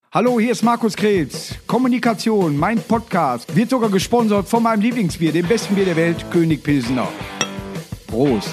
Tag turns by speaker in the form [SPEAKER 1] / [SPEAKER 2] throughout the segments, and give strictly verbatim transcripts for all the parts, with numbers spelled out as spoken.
[SPEAKER 1] Hallo, hier ist Markus Kretz. Kommunikation, mein Podcast, wird sogar gesponsert von meinem Lieblingsbier, dem besten Bier der Welt, König Pilsener. Prost.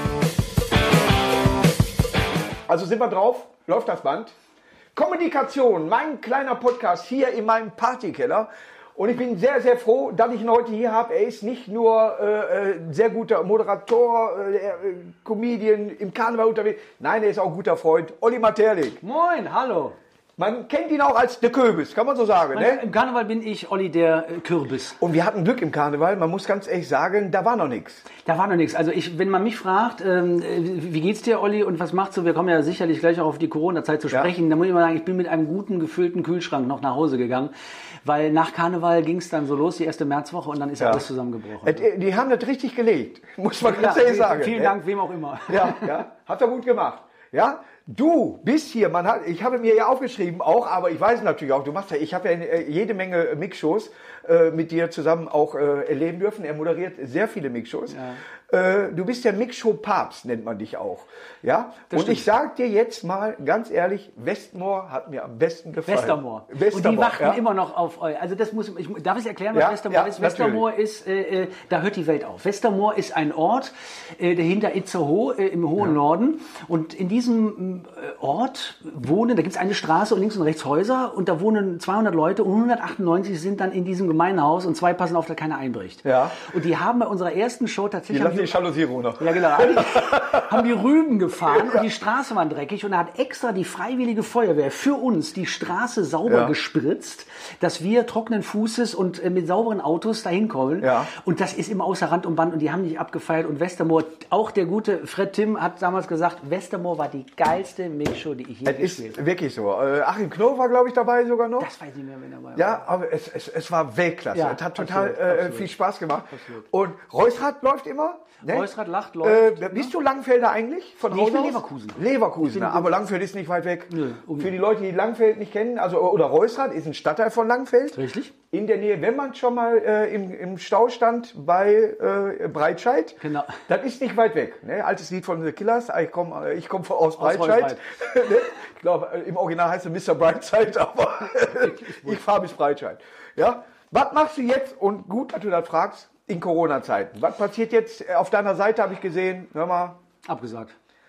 [SPEAKER 2] Also sind wir drauf? Läuft das Band? Kommunikation, mein kleiner Podcast hier in meinem Partykeller. Und ich bin sehr, sehr froh, dass ich ihn heute hier habe. Er ist nicht nur äh, ein sehr guter Moderator, äh, äh, Comedian, im Karneval unterwegs. Nein, er ist auch ein guter Freund. Olli Materlik.
[SPEAKER 3] Moin, hallo.
[SPEAKER 2] Man kennt ihn auch als der Kürbis, kann man so sagen.
[SPEAKER 3] Man,
[SPEAKER 2] Ne?
[SPEAKER 3] Im Karneval bin ich Olli der äh, Kürbis.
[SPEAKER 2] Und wir hatten Glück im Karneval, man muss ganz ehrlich sagen, da war noch nichts.
[SPEAKER 3] Da war noch nichts. Also ich, wenn man mich fragt, ähm, wie geht's dir, Olli, und was machst du? Wir kommen ja sicherlich gleich auch auf die Corona-Zeit zu sprechen. Ja. Da muss ich mal sagen, ich bin mit einem guten, gefüllten Kühlschrank noch nach Hause gegangen. Weil nach Karneval ging es dann so los, die erste Märzwoche, und dann ist ja alles zusammengebrochen.
[SPEAKER 2] Äh, die haben das richtig gelegt, muss man ganz
[SPEAKER 3] ja,
[SPEAKER 2] ehrlich sagen.
[SPEAKER 3] Vielen
[SPEAKER 2] ne?
[SPEAKER 3] Dank, wem auch immer.
[SPEAKER 2] Ja, ja, hat er gut gemacht. Ja, du bist hier, man hat, ich habe mir ja aufgeschrieben auch, aber ich weiß natürlich auch, du machst ja, ich habe ja jede Menge Mixshows äh, mit dir zusammen auch äh, erleben dürfen. Er moderiert sehr viele Mixshows. Ja. Äh, du bist der Mixshow-Papst, nennt man dich auch. Ja, das und stimmt. Ich sag dir jetzt mal ganz ehrlich, Westmoor hat mir am besten gefallen.
[SPEAKER 3] Westermoor.
[SPEAKER 2] Westermoor.
[SPEAKER 3] Und die warten
[SPEAKER 2] ja.
[SPEAKER 3] immer noch auf euch. Also das muss ich, darf ich erklären, was
[SPEAKER 2] ja,
[SPEAKER 3] Westermoor
[SPEAKER 2] ja,
[SPEAKER 3] ist? Westermoor ist, äh, da hört die Welt auf. Westermoor ist ein Ort, äh, der hinter Itzehoe äh, im hohen ja. Norden. Und in diesem äh, Ort wohnen, da gibt es eine Straße und links und rechts Häuser, und da wohnen zweihundert Leute und hundertachtundneunzig sind dann in diesem Gemeindehaus, und zwei passen auf, dass keiner einbricht.
[SPEAKER 2] Ja.
[SPEAKER 3] Und die haben bei unserer ersten Show tatsächlich...
[SPEAKER 2] Die lassen die Jalousie runter.
[SPEAKER 3] Ja, genau. Haben die, haben die Rüben gefahren und die Straße war dreckig, und da hat extra die Freiwillige Feuerwehr für uns die Straße sauber ja. gespritzt, dass wir trockenen Fußes und äh, mit sauberen Autos dahin kommen. Ja. Und das ist immer außer Rand und Band, und die haben nicht abgefeiert. Und Westermoor, auch der gute Fred Timm hat damals gesagt, Westermoor war die geilste Mixshow, die ich je gespielt habe.
[SPEAKER 2] Ist wirklich so. Äh, Achim Knof war, glaube ich, dabei sogar noch.
[SPEAKER 3] Das weiß ich nicht mehr, wen dabei war.
[SPEAKER 2] Ja, aber es, es, es war Weltklasse. Ja, es hat total absolut, äh, absolut. viel Spaß gemacht. Absolut. Und Reusrad läuft immer. Ne?
[SPEAKER 3] Reusrad lacht, läuft.
[SPEAKER 2] Äh, bist du Langfelder eigentlich? Von
[SPEAKER 3] nee, ich bin Leverkusen.
[SPEAKER 2] Leverkusen, bin, aber Langfeld ist nicht weit weg.
[SPEAKER 3] Nö, um
[SPEAKER 2] Für die Leute, die Langfeld nicht kennen, also oder Reusrad ist ein Stadtteil von Langfeld.
[SPEAKER 3] Richtig.
[SPEAKER 2] In der Nähe, wenn man schon mal äh, im, im Stau stand bei äh, Breitscheid.
[SPEAKER 3] Genau.
[SPEAKER 2] Das ist nicht weit weg. Ne? Altes Lied von The Killers. Ich komme ich komm aus Breitscheid. Ich glaube, im Original heißt es Mister Brightside, aber ich fahre bis Breitscheid. Ja? Was machst du jetzt? Und gut, dass du das fragst. In Corona-Zeiten. Was passiert jetzt? Auf deiner Seite habe ich gesehen, hör mal.
[SPEAKER 3] Abgesagt.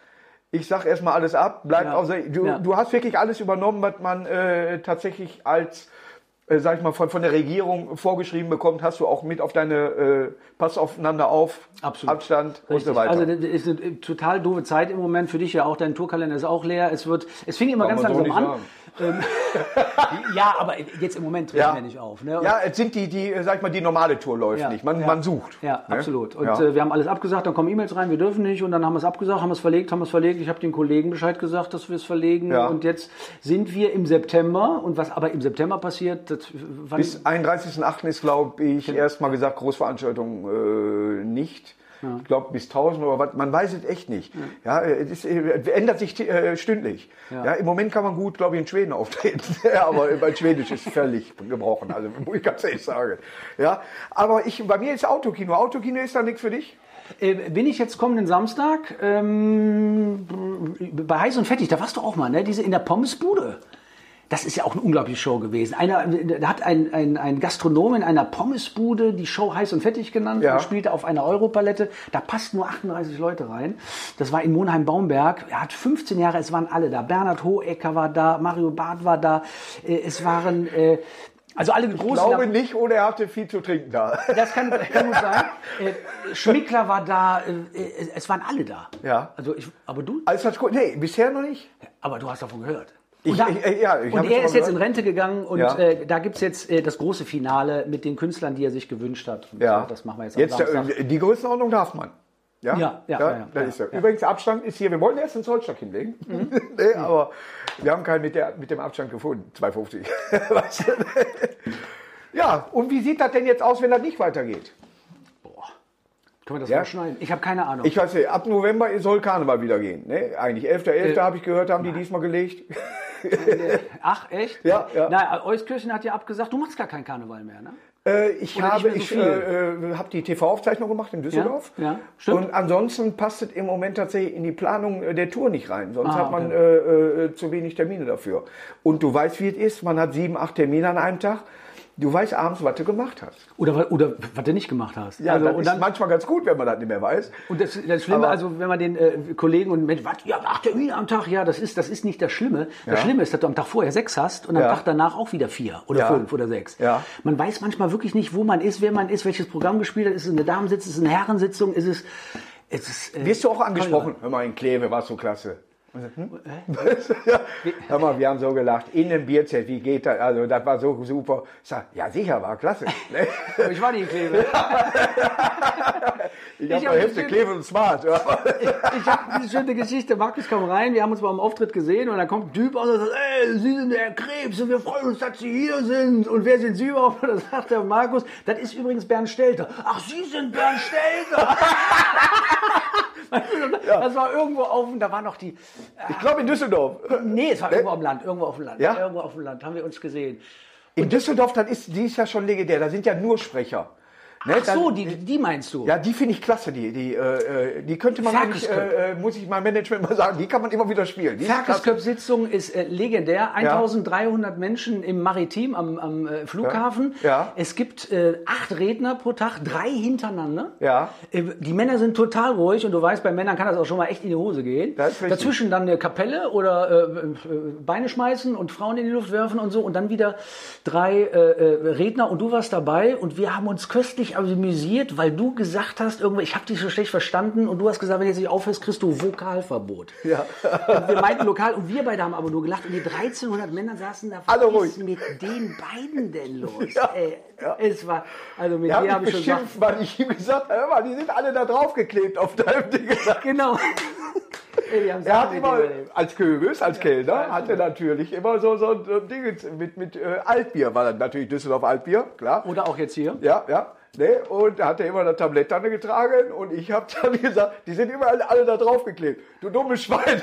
[SPEAKER 2] Ich sag erstmal alles ab. Bleib
[SPEAKER 3] ja.
[SPEAKER 2] außer, du,
[SPEAKER 3] ja.
[SPEAKER 2] du hast wirklich alles übernommen, was man äh, tatsächlich als, äh, sag ich mal, von, von der Regierung vorgeschrieben bekommt. Hast du auch mit auf deine, äh, pass aufeinander auf,
[SPEAKER 3] Absolut.
[SPEAKER 2] Abstand
[SPEAKER 3] Richtig.
[SPEAKER 2] und so weiter.
[SPEAKER 3] Also das ist eine total doofe Zeit im Moment für dich ja auch. Dein Tourkalender ist auch leer. Es wird, es fing immer
[SPEAKER 2] Kann
[SPEAKER 3] ganz
[SPEAKER 2] man so
[SPEAKER 3] langsam
[SPEAKER 2] nicht
[SPEAKER 3] an. Ähm, ja, aber jetzt im Moment treten
[SPEAKER 2] ja.
[SPEAKER 3] wir nicht auf. Ne?
[SPEAKER 2] Ja, es sind die, die, sag ich mal, die normale Tour läuft
[SPEAKER 3] ja.
[SPEAKER 2] nicht. Man,
[SPEAKER 3] ja.
[SPEAKER 2] man sucht.
[SPEAKER 3] Ja,
[SPEAKER 2] ne?
[SPEAKER 3] absolut. Und
[SPEAKER 2] ja.
[SPEAKER 3] äh, wir haben alles abgesagt, dann kommen E-Mails rein, wir dürfen nicht, und dann haben wir es abgesagt, haben es verlegt, haben es verlegt. Ich habe den Kollegen Bescheid gesagt, dass wir es verlegen,
[SPEAKER 2] ja.
[SPEAKER 3] und jetzt sind wir im September, und was aber im September passiert, das, wann
[SPEAKER 2] bis einunddreißigsten achten ist, glaube ich,
[SPEAKER 3] genau.
[SPEAKER 2] erstmal gesagt, Großveranstaltungen äh, nicht. Ja. Ich glaube bis tausend oder was, man weiß es echt nicht. Ja, ja es, ist, es ändert sich äh, stündlich. Ja. Ja, im Moment kann man gut, glaube ich, in Schweden auftreten, aber mein Schwedisch ist völlig gebrochen, also muss ich ganz ehrlich sagen. Ja, aber ich, bei mir ist Autokino. Autokino ist da nichts für dich?
[SPEAKER 3] Äh, bin ich jetzt kommenden Samstag ähm, bei Heiß und Fettig, da warst du auch mal, ne? Diese in der Pommesbude. Das ist ja auch eine unglaubliche Show gewesen. Einer, da hat ein, ein, ein Gastronom in einer Pommesbude die Show Heiß und Fettig genannt, ja. und spielte auf einer Europalette. Da passten nur achtunddreißig Leute rein. Das war in Monheim-Baumberg. Er hat fünfzehn Jahre, es waren alle da. Bernhard Hohecker war da, Mario Barth war da. Es waren... Äh, Also alle großen.
[SPEAKER 2] Ich glaube nicht, oder er hatte viel zu trinken da.
[SPEAKER 3] Das kann, kann gut sein. Äh, Schmickler war da, äh, es waren alle da.
[SPEAKER 2] Ja.
[SPEAKER 3] Also ich, aber du?
[SPEAKER 2] Alles hat gut. Nee, bisher noch nicht.
[SPEAKER 3] Aber du hast davon gehört.
[SPEAKER 2] Ich,
[SPEAKER 3] und da,
[SPEAKER 2] ich, ja, ich
[SPEAKER 3] und er ist jetzt in Rente gegangen, und
[SPEAKER 2] ja.
[SPEAKER 3] äh, da gibt es jetzt äh, das große Finale mit den Künstlern, die er sich gewünscht hat. Und
[SPEAKER 2] ja.
[SPEAKER 3] Das machen wir jetzt,
[SPEAKER 2] jetzt
[SPEAKER 3] am Samstag.
[SPEAKER 2] Die Größenordnung darf man. Ja,
[SPEAKER 3] ja, ja.
[SPEAKER 2] ja,
[SPEAKER 3] ja, ja,
[SPEAKER 2] das
[SPEAKER 3] ja,
[SPEAKER 2] ist so.
[SPEAKER 3] ja.
[SPEAKER 2] Übrigens, Abstand ist hier, wir wollten erst einen Zollstock hinlegen, mhm. nee, aber wir haben keinen mit, der, mit dem Abstand gefunden, zwei fünfzig. Ja, und wie sieht das denn jetzt aus, wenn das nicht weitergeht?
[SPEAKER 3] Boah, können wir das
[SPEAKER 2] ja?
[SPEAKER 3] mal schneiden? Ich habe keine Ahnung.
[SPEAKER 2] Ich weiß nicht, ab November soll Karneval wieder gehen. Ne? Eigentlich elfter elfter
[SPEAKER 3] Äh,
[SPEAKER 2] habe ich gehört, haben die diesmal gelegt.
[SPEAKER 3] Ach, echt?
[SPEAKER 2] Ja, ja.
[SPEAKER 3] Na, Euskirchen hat ja abgesagt, du machst gar keinen Karneval mehr, ne?
[SPEAKER 2] Äh, ich
[SPEAKER 3] Oder
[SPEAKER 2] habe,
[SPEAKER 3] nicht mehr
[SPEAKER 2] ich
[SPEAKER 3] so
[SPEAKER 2] äh, äh, hab die T V-Aufzeichnung gemacht in Düsseldorf.
[SPEAKER 3] Ja, ja, stimmt.
[SPEAKER 2] Und ansonsten passt es im Moment tatsächlich in die Planung äh, der Tour nicht rein. Sonst
[SPEAKER 3] Ah,
[SPEAKER 2] hat man
[SPEAKER 3] okay.
[SPEAKER 2] äh, äh, zu wenig Termine dafür. Und du weißt, wie es ist. Man hat sieben, acht Termine an einem Tag. Du weißt abends, was du gemacht hast.
[SPEAKER 3] Oder, wa- oder was du nicht gemacht hast.
[SPEAKER 2] Ja,
[SPEAKER 3] also,
[SPEAKER 2] das
[SPEAKER 3] und
[SPEAKER 2] ist
[SPEAKER 3] dann,
[SPEAKER 2] manchmal ganz gut, wenn man das nicht mehr weiß.
[SPEAKER 3] und das, das Schlimme,
[SPEAKER 2] Aber-
[SPEAKER 3] also wenn man den äh, Kollegen und Mensch, was, ja, acht Termine am Tag, ja, das ist, das ist nicht das Schlimme. Das
[SPEAKER 2] Ja.
[SPEAKER 3] Schlimme ist, dass du am Tag vorher sechs hast und am
[SPEAKER 2] Ja.
[SPEAKER 3] Tag danach auch wieder vier oder
[SPEAKER 2] Ja.
[SPEAKER 3] fünf oder sechs.
[SPEAKER 2] Ja.
[SPEAKER 3] Man weiß manchmal wirklich nicht, wo man ist, wer man ist, welches Programm gespielt hat. Ist es eine Damensitzung, ist es eine Herrensitzung, ist es... es ist, äh,
[SPEAKER 2] Wirst du auch angesprochen? Hör mal, in Kleve warst du klasse. Hm? ja. Hör mal, wir haben so gelacht. In einem Bierzelt, wie geht das? Also, das war so super. Ich sag, ja, sicher, war klasse.
[SPEAKER 3] Ich war nie in Kleve.
[SPEAKER 2] Ich habe
[SPEAKER 3] hab
[SPEAKER 2] noch Hälfte
[SPEAKER 3] bestimmt-
[SPEAKER 2] Kleve und Smart. Ja.
[SPEAKER 3] Ich habe diese schöne Geschichte. Markus kam rein, wir haben uns beim Auftritt gesehen und dann kommt ein Typ aus und sagt, ey, Sie sind der Herr Krebs und wir freuen uns, dass Sie hier sind. Und wer sind Sie überhaupt? Und dann sagt der Markus, das ist übrigens Bernd Stelter. Ach, Sie sind Bernd Stelter. Das war irgendwo auf, da war noch die,
[SPEAKER 2] Ich glaube in Düsseldorf.
[SPEAKER 3] nee, es war irgendwo auf dem Land, irgendwo auf dem Land.
[SPEAKER 2] Ja?
[SPEAKER 3] Irgendwo auf dem Land, haben wir uns gesehen.
[SPEAKER 2] In Düsseldorf, das ist, die ist ja schon legendär. Da sind ja nur Sprecher. Ne?
[SPEAKER 3] Ach so,
[SPEAKER 2] Dann-
[SPEAKER 3] die, die meinst du?
[SPEAKER 2] Ja, die finde ich klasse. Die, die, äh, äh, die könnte man eigentlich,
[SPEAKER 3] Ferkesköp.
[SPEAKER 2] äh, äh, muss ich mein Management mal sagen, die kann man immer wieder spielen. Die ist klasse.
[SPEAKER 3] Ferkesköp-Sitzung ist äh, legendär. eintausenddreihundert Menschen im Maritim am, am äh, Flughafen.
[SPEAKER 2] Ja. Ja.
[SPEAKER 3] Es gibt äh, acht Redner pro Tag, drei hintereinander.
[SPEAKER 2] Ja.
[SPEAKER 3] Äh, die Männer sind total ruhig und du weißt, bei Männern kann das auch schon mal echt in die Hose gehen.
[SPEAKER 2] Das ist richtig.
[SPEAKER 3] Dazwischen dann eine Kapelle oder äh, äh, Beine schmeißen und Frauen in die Luft werfen und so und dann wieder drei äh, äh, Redner und du warst dabei und wir haben uns köstlich amüsiert, weil du gesagt hast, irgendwie, ich habe dich so schlecht verstanden und du hast gesagt, wenn du jetzt nicht aufhörst, kriegst du Vokalverbot.
[SPEAKER 2] Ja.
[SPEAKER 3] Und wir meinten lokal und wir beide haben aber nur gelacht und die dreizehnhundert Männer saßen da.
[SPEAKER 2] Alle
[SPEAKER 3] Was
[SPEAKER 2] ruhig.
[SPEAKER 3] ist mit den beiden denn los?
[SPEAKER 2] Ja.
[SPEAKER 3] Ey, Es war, also mit
[SPEAKER 2] Der
[SPEAKER 3] dir
[SPEAKER 2] hat
[SPEAKER 3] habe
[SPEAKER 2] mich
[SPEAKER 3] ich schon gesagt,
[SPEAKER 2] beschimpft, weil ich ihm gesagt habe, hör mal, die sind alle da draufgeklebt auf deinem Ding.
[SPEAKER 3] genau. Ey, die haben
[SPEAKER 2] Er hat
[SPEAKER 3] Sachen
[SPEAKER 2] immer,
[SPEAKER 3] mit dir überlebt.
[SPEAKER 2] als Köbis, als Kellner, hat er natürlich immer so, so ein Ding mit, mit äh, Altbier. War dann natürlich Düsseldorf Altbier, klar.
[SPEAKER 3] Oder auch jetzt hier.
[SPEAKER 2] Ja, ja. Ne? Und da hat er immer das Tablett dann getragen und ich habe dann gesagt, die sind immer alle, alle da draufgeklebt. Du dummes Schwein.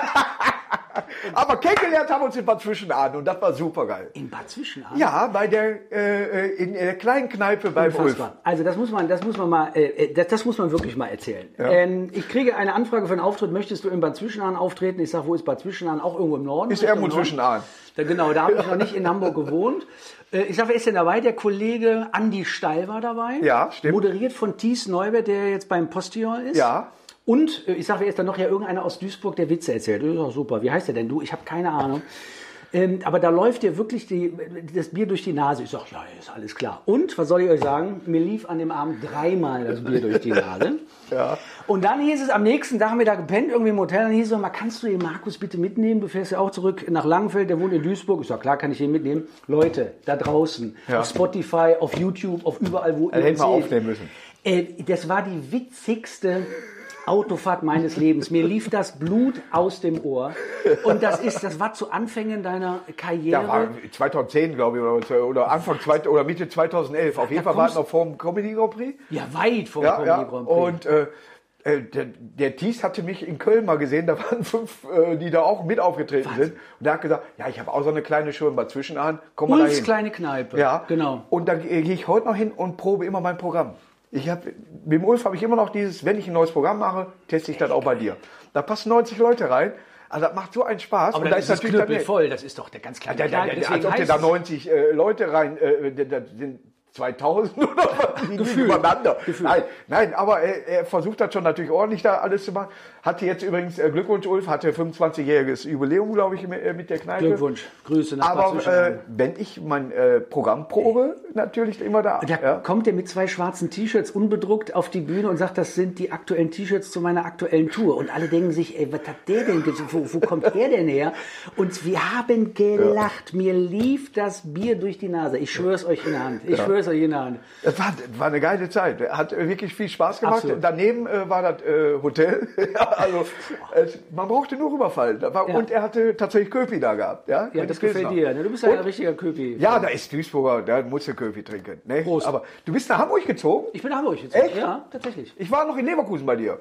[SPEAKER 2] Aber kennengelernt haben wir uns in Bad Zwischenahn und das war super geil.
[SPEAKER 3] In Bad Zwischenahn.
[SPEAKER 2] Ja, bei der, äh, in der kleinen Kneipe bei Ulf.
[SPEAKER 3] Unfassbar. Also das muss man, das muss man mal, äh, das, das muss man wirklich mal erzählen. Ähm, ich kriege eine Anfrage für einen Auftritt. Möchtest du in Bad Zwischenahn auftreten? Ich sage, wo ist Bad Zwischenahn? Auch irgendwo im Norden.
[SPEAKER 2] Ist
[SPEAKER 3] Richtung
[SPEAKER 2] irgendwo
[SPEAKER 3] Norden.
[SPEAKER 2] Zwischenahn.
[SPEAKER 3] Da, genau, da habe ich noch nicht in Hamburg gewohnt. Äh, ich sage, wer ist denn dabei? Der Kollege Andi Steil war dabei.
[SPEAKER 2] Ja, stimmt.
[SPEAKER 3] Moderiert von Thies Neubert, der jetzt beim Postillon ist.
[SPEAKER 2] Ja.
[SPEAKER 3] Und äh, ich sage, wer ist da noch? Ja, irgendeiner aus Duisburg, der Witze erzählt. Das ist auch super. Wie heißt der denn? Du, ich habe keine Ahnung. Ähm, aber da läuft dir wirklich die, das Bier durch die Nase. Ich sage, ja, ist alles klar. Und, was soll ich euch sagen? Mir lief an dem Abend dreimal das Bier durch die Nase.
[SPEAKER 2] Ja.
[SPEAKER 3] Und dann hieß es, am nächsten Tag haben wir da gepennt, irgendwie im Hotel. Dann hieß es so, mal, kannst du den Markus bitte mitnehmen? Du fährst ja auch zurück nach Langenfeld, der wohnt in Duisburg. Ich sage, klar, kann ich den mitnehmen. Leute, da draußen,
[SPEAKER 2] Ja.
[SPEAKER 3] auf Spotify, auf YouTube, auf überall, wo
[SPEAKER 2] Das hätten wir aufnehmen müssen.
[SPEAKER 3] Äh, das war die witzigste Autofahrt meines Lebens. Mir lief das Blut aus dem Ohr. Und das ist, das war zu Anfängen deiner Karriere.
[SPEAKER 2] Ja, war zweitausendzehn, glaube ich, oder, oder Anfang zweit- oder Mitte zweitausendelf. Auf jeden
[SPEAKER 3] Da
[SPEAKER 2] Fall war es
[SPEAKER 3] kommst-
[SPEAKER 2] noch vor dem Comedy Grand Prix.
[SPEAKER 3] Ja, weit vom
[SPEAKER 2] Ja,
[SPEAKER 3] Comedy
[SPEAKER 2] ja.
[SPEAKER 3] Grand Prix.
[SPEAKER 2] Und äh, äh, der, der Thies hatte mich in Köln mal gesehen, da waren fünf, äh, die da auch mit aufgetreten sind. Und der hat gesagt, ja, ich habe auch so eine kleine Show in Bad Zwischenahn, komm mal
[SPEAKER 3] Ulfs
[SPEAKER 2] dahin.
[SPEAKER 3] kleine Kneipe.
[SPEAKER 2] Ja,
[SPEAKER 3] Genau.
[SPEAKER 2] Und da gehe ich heute noch hin und probe immer mein Programm. Ich hab, mit dem Ulf habe ich immer noch dieses, wenn ich ein neues Programm mache, teste ich das auch bei dir. Da passen neunzig Leute rein. Also das macht so einen Spaß.
[SPEAKER 3] Aber
[SPEAKER 2] und
[SPEAKER 3] da ist es
[SPEAKER 2] dann-
[SPEAKER 3] voll. Das ist doch der ganz kleine
[SPEAKER 2] Da, da, da,
[SPEAKER 3] Kneipe.
[SPEAKER 2] als
[SPEAKER 3] Deswegen
[SPEAKER 2] ob der
[SPEAKER 3] heißt
[SPEAKER 2] da
[SPEAKER 3] es-
[SPEAKER 2] neunzig äh, Leute rein, äh, da, da sind zweitausend oder was? Die liegen
[SPEAKER 3] Gefühlt.
[SPEAKER 2] übereinander.
[SPEAKER 3] Gefühlt.
[SPEAKER 2] Nein, nein, aber er, er versucht das schon natürlich ordentlich da alles zu machen. Hatte jetzt übrigens, äh, Glückwunsch Ulf, hatte fünfundzwanzigjähriges Jubiläum, glaube ich, mit, äh, mit der Kneipe.
[SPEAKER 3] Glückwunsch. Grüße nach Bad
[SPEAKER 2] Aber äh,
[SPEAKER 3] Zwischenahn.
[SPEAKER 2] wenn ich mein äh, Programm probe, natürlich immer da.
[SPEAKER 3] Da
[SPEAKER 2] ja.
[SPEAKER 3] kommt er mit zwei schwarzen T-Shirts unbedruckt auf die Bühne und sagt, das sind die aktuellen T-Shirts zu meiner aktuellen Tour. Und alle denken sich, ey, was hat der denn, ge- wo, wo kommt der denn her? Und wir haben gelacht. Mir lief das Bier durch die Nase. Ich schwör's euch in der Hand. Ich schwör's euch in der Hand.
[SPEAKER 2] Das war, das war eine geile Zeit. Hat äh, wirklich viel Spaß gemacht.
[SPEAKER 3] Absolut.
[SPEAKER 2] Daneben äh, war das äh, Hotel. Ja, also es, man brauchte nur rüberfallen. Da war,
[SPEAKER 3] Ja.
[SPEAKER 2] Und er hatte tatsächlich Köpi da gehabt. Ja,
[SPEAKER 3] Ja,
[SPEAKER 2] Und
[SPEAKER 3] das
[SPEAKER 2] ich weiß
[SPEAKER 3] gefällt
[SPEAKER 2] noch.
[SPEAKER 3] dir. Ne? Du bist ja ein
[SPEAKER 2] Und-
[SPEAKER 3] richtiger Köpi.
[SPEAKER 2] Ja, da ist Duisburger, da musst du Köpi trinken. Ne?
[SPEAKER 3] Prost.
[SPEAKER 2] Aber du bist nach Hamburg gezogen?
[SPEAKER 3] Ich bin nach Hamburg jetzt.
[SPEAKER 2] Echt?
[SPEAKER 3] Ja, tatsächlich.
[SPEAKER 2] Ich war noch in Leverkusen bei dir.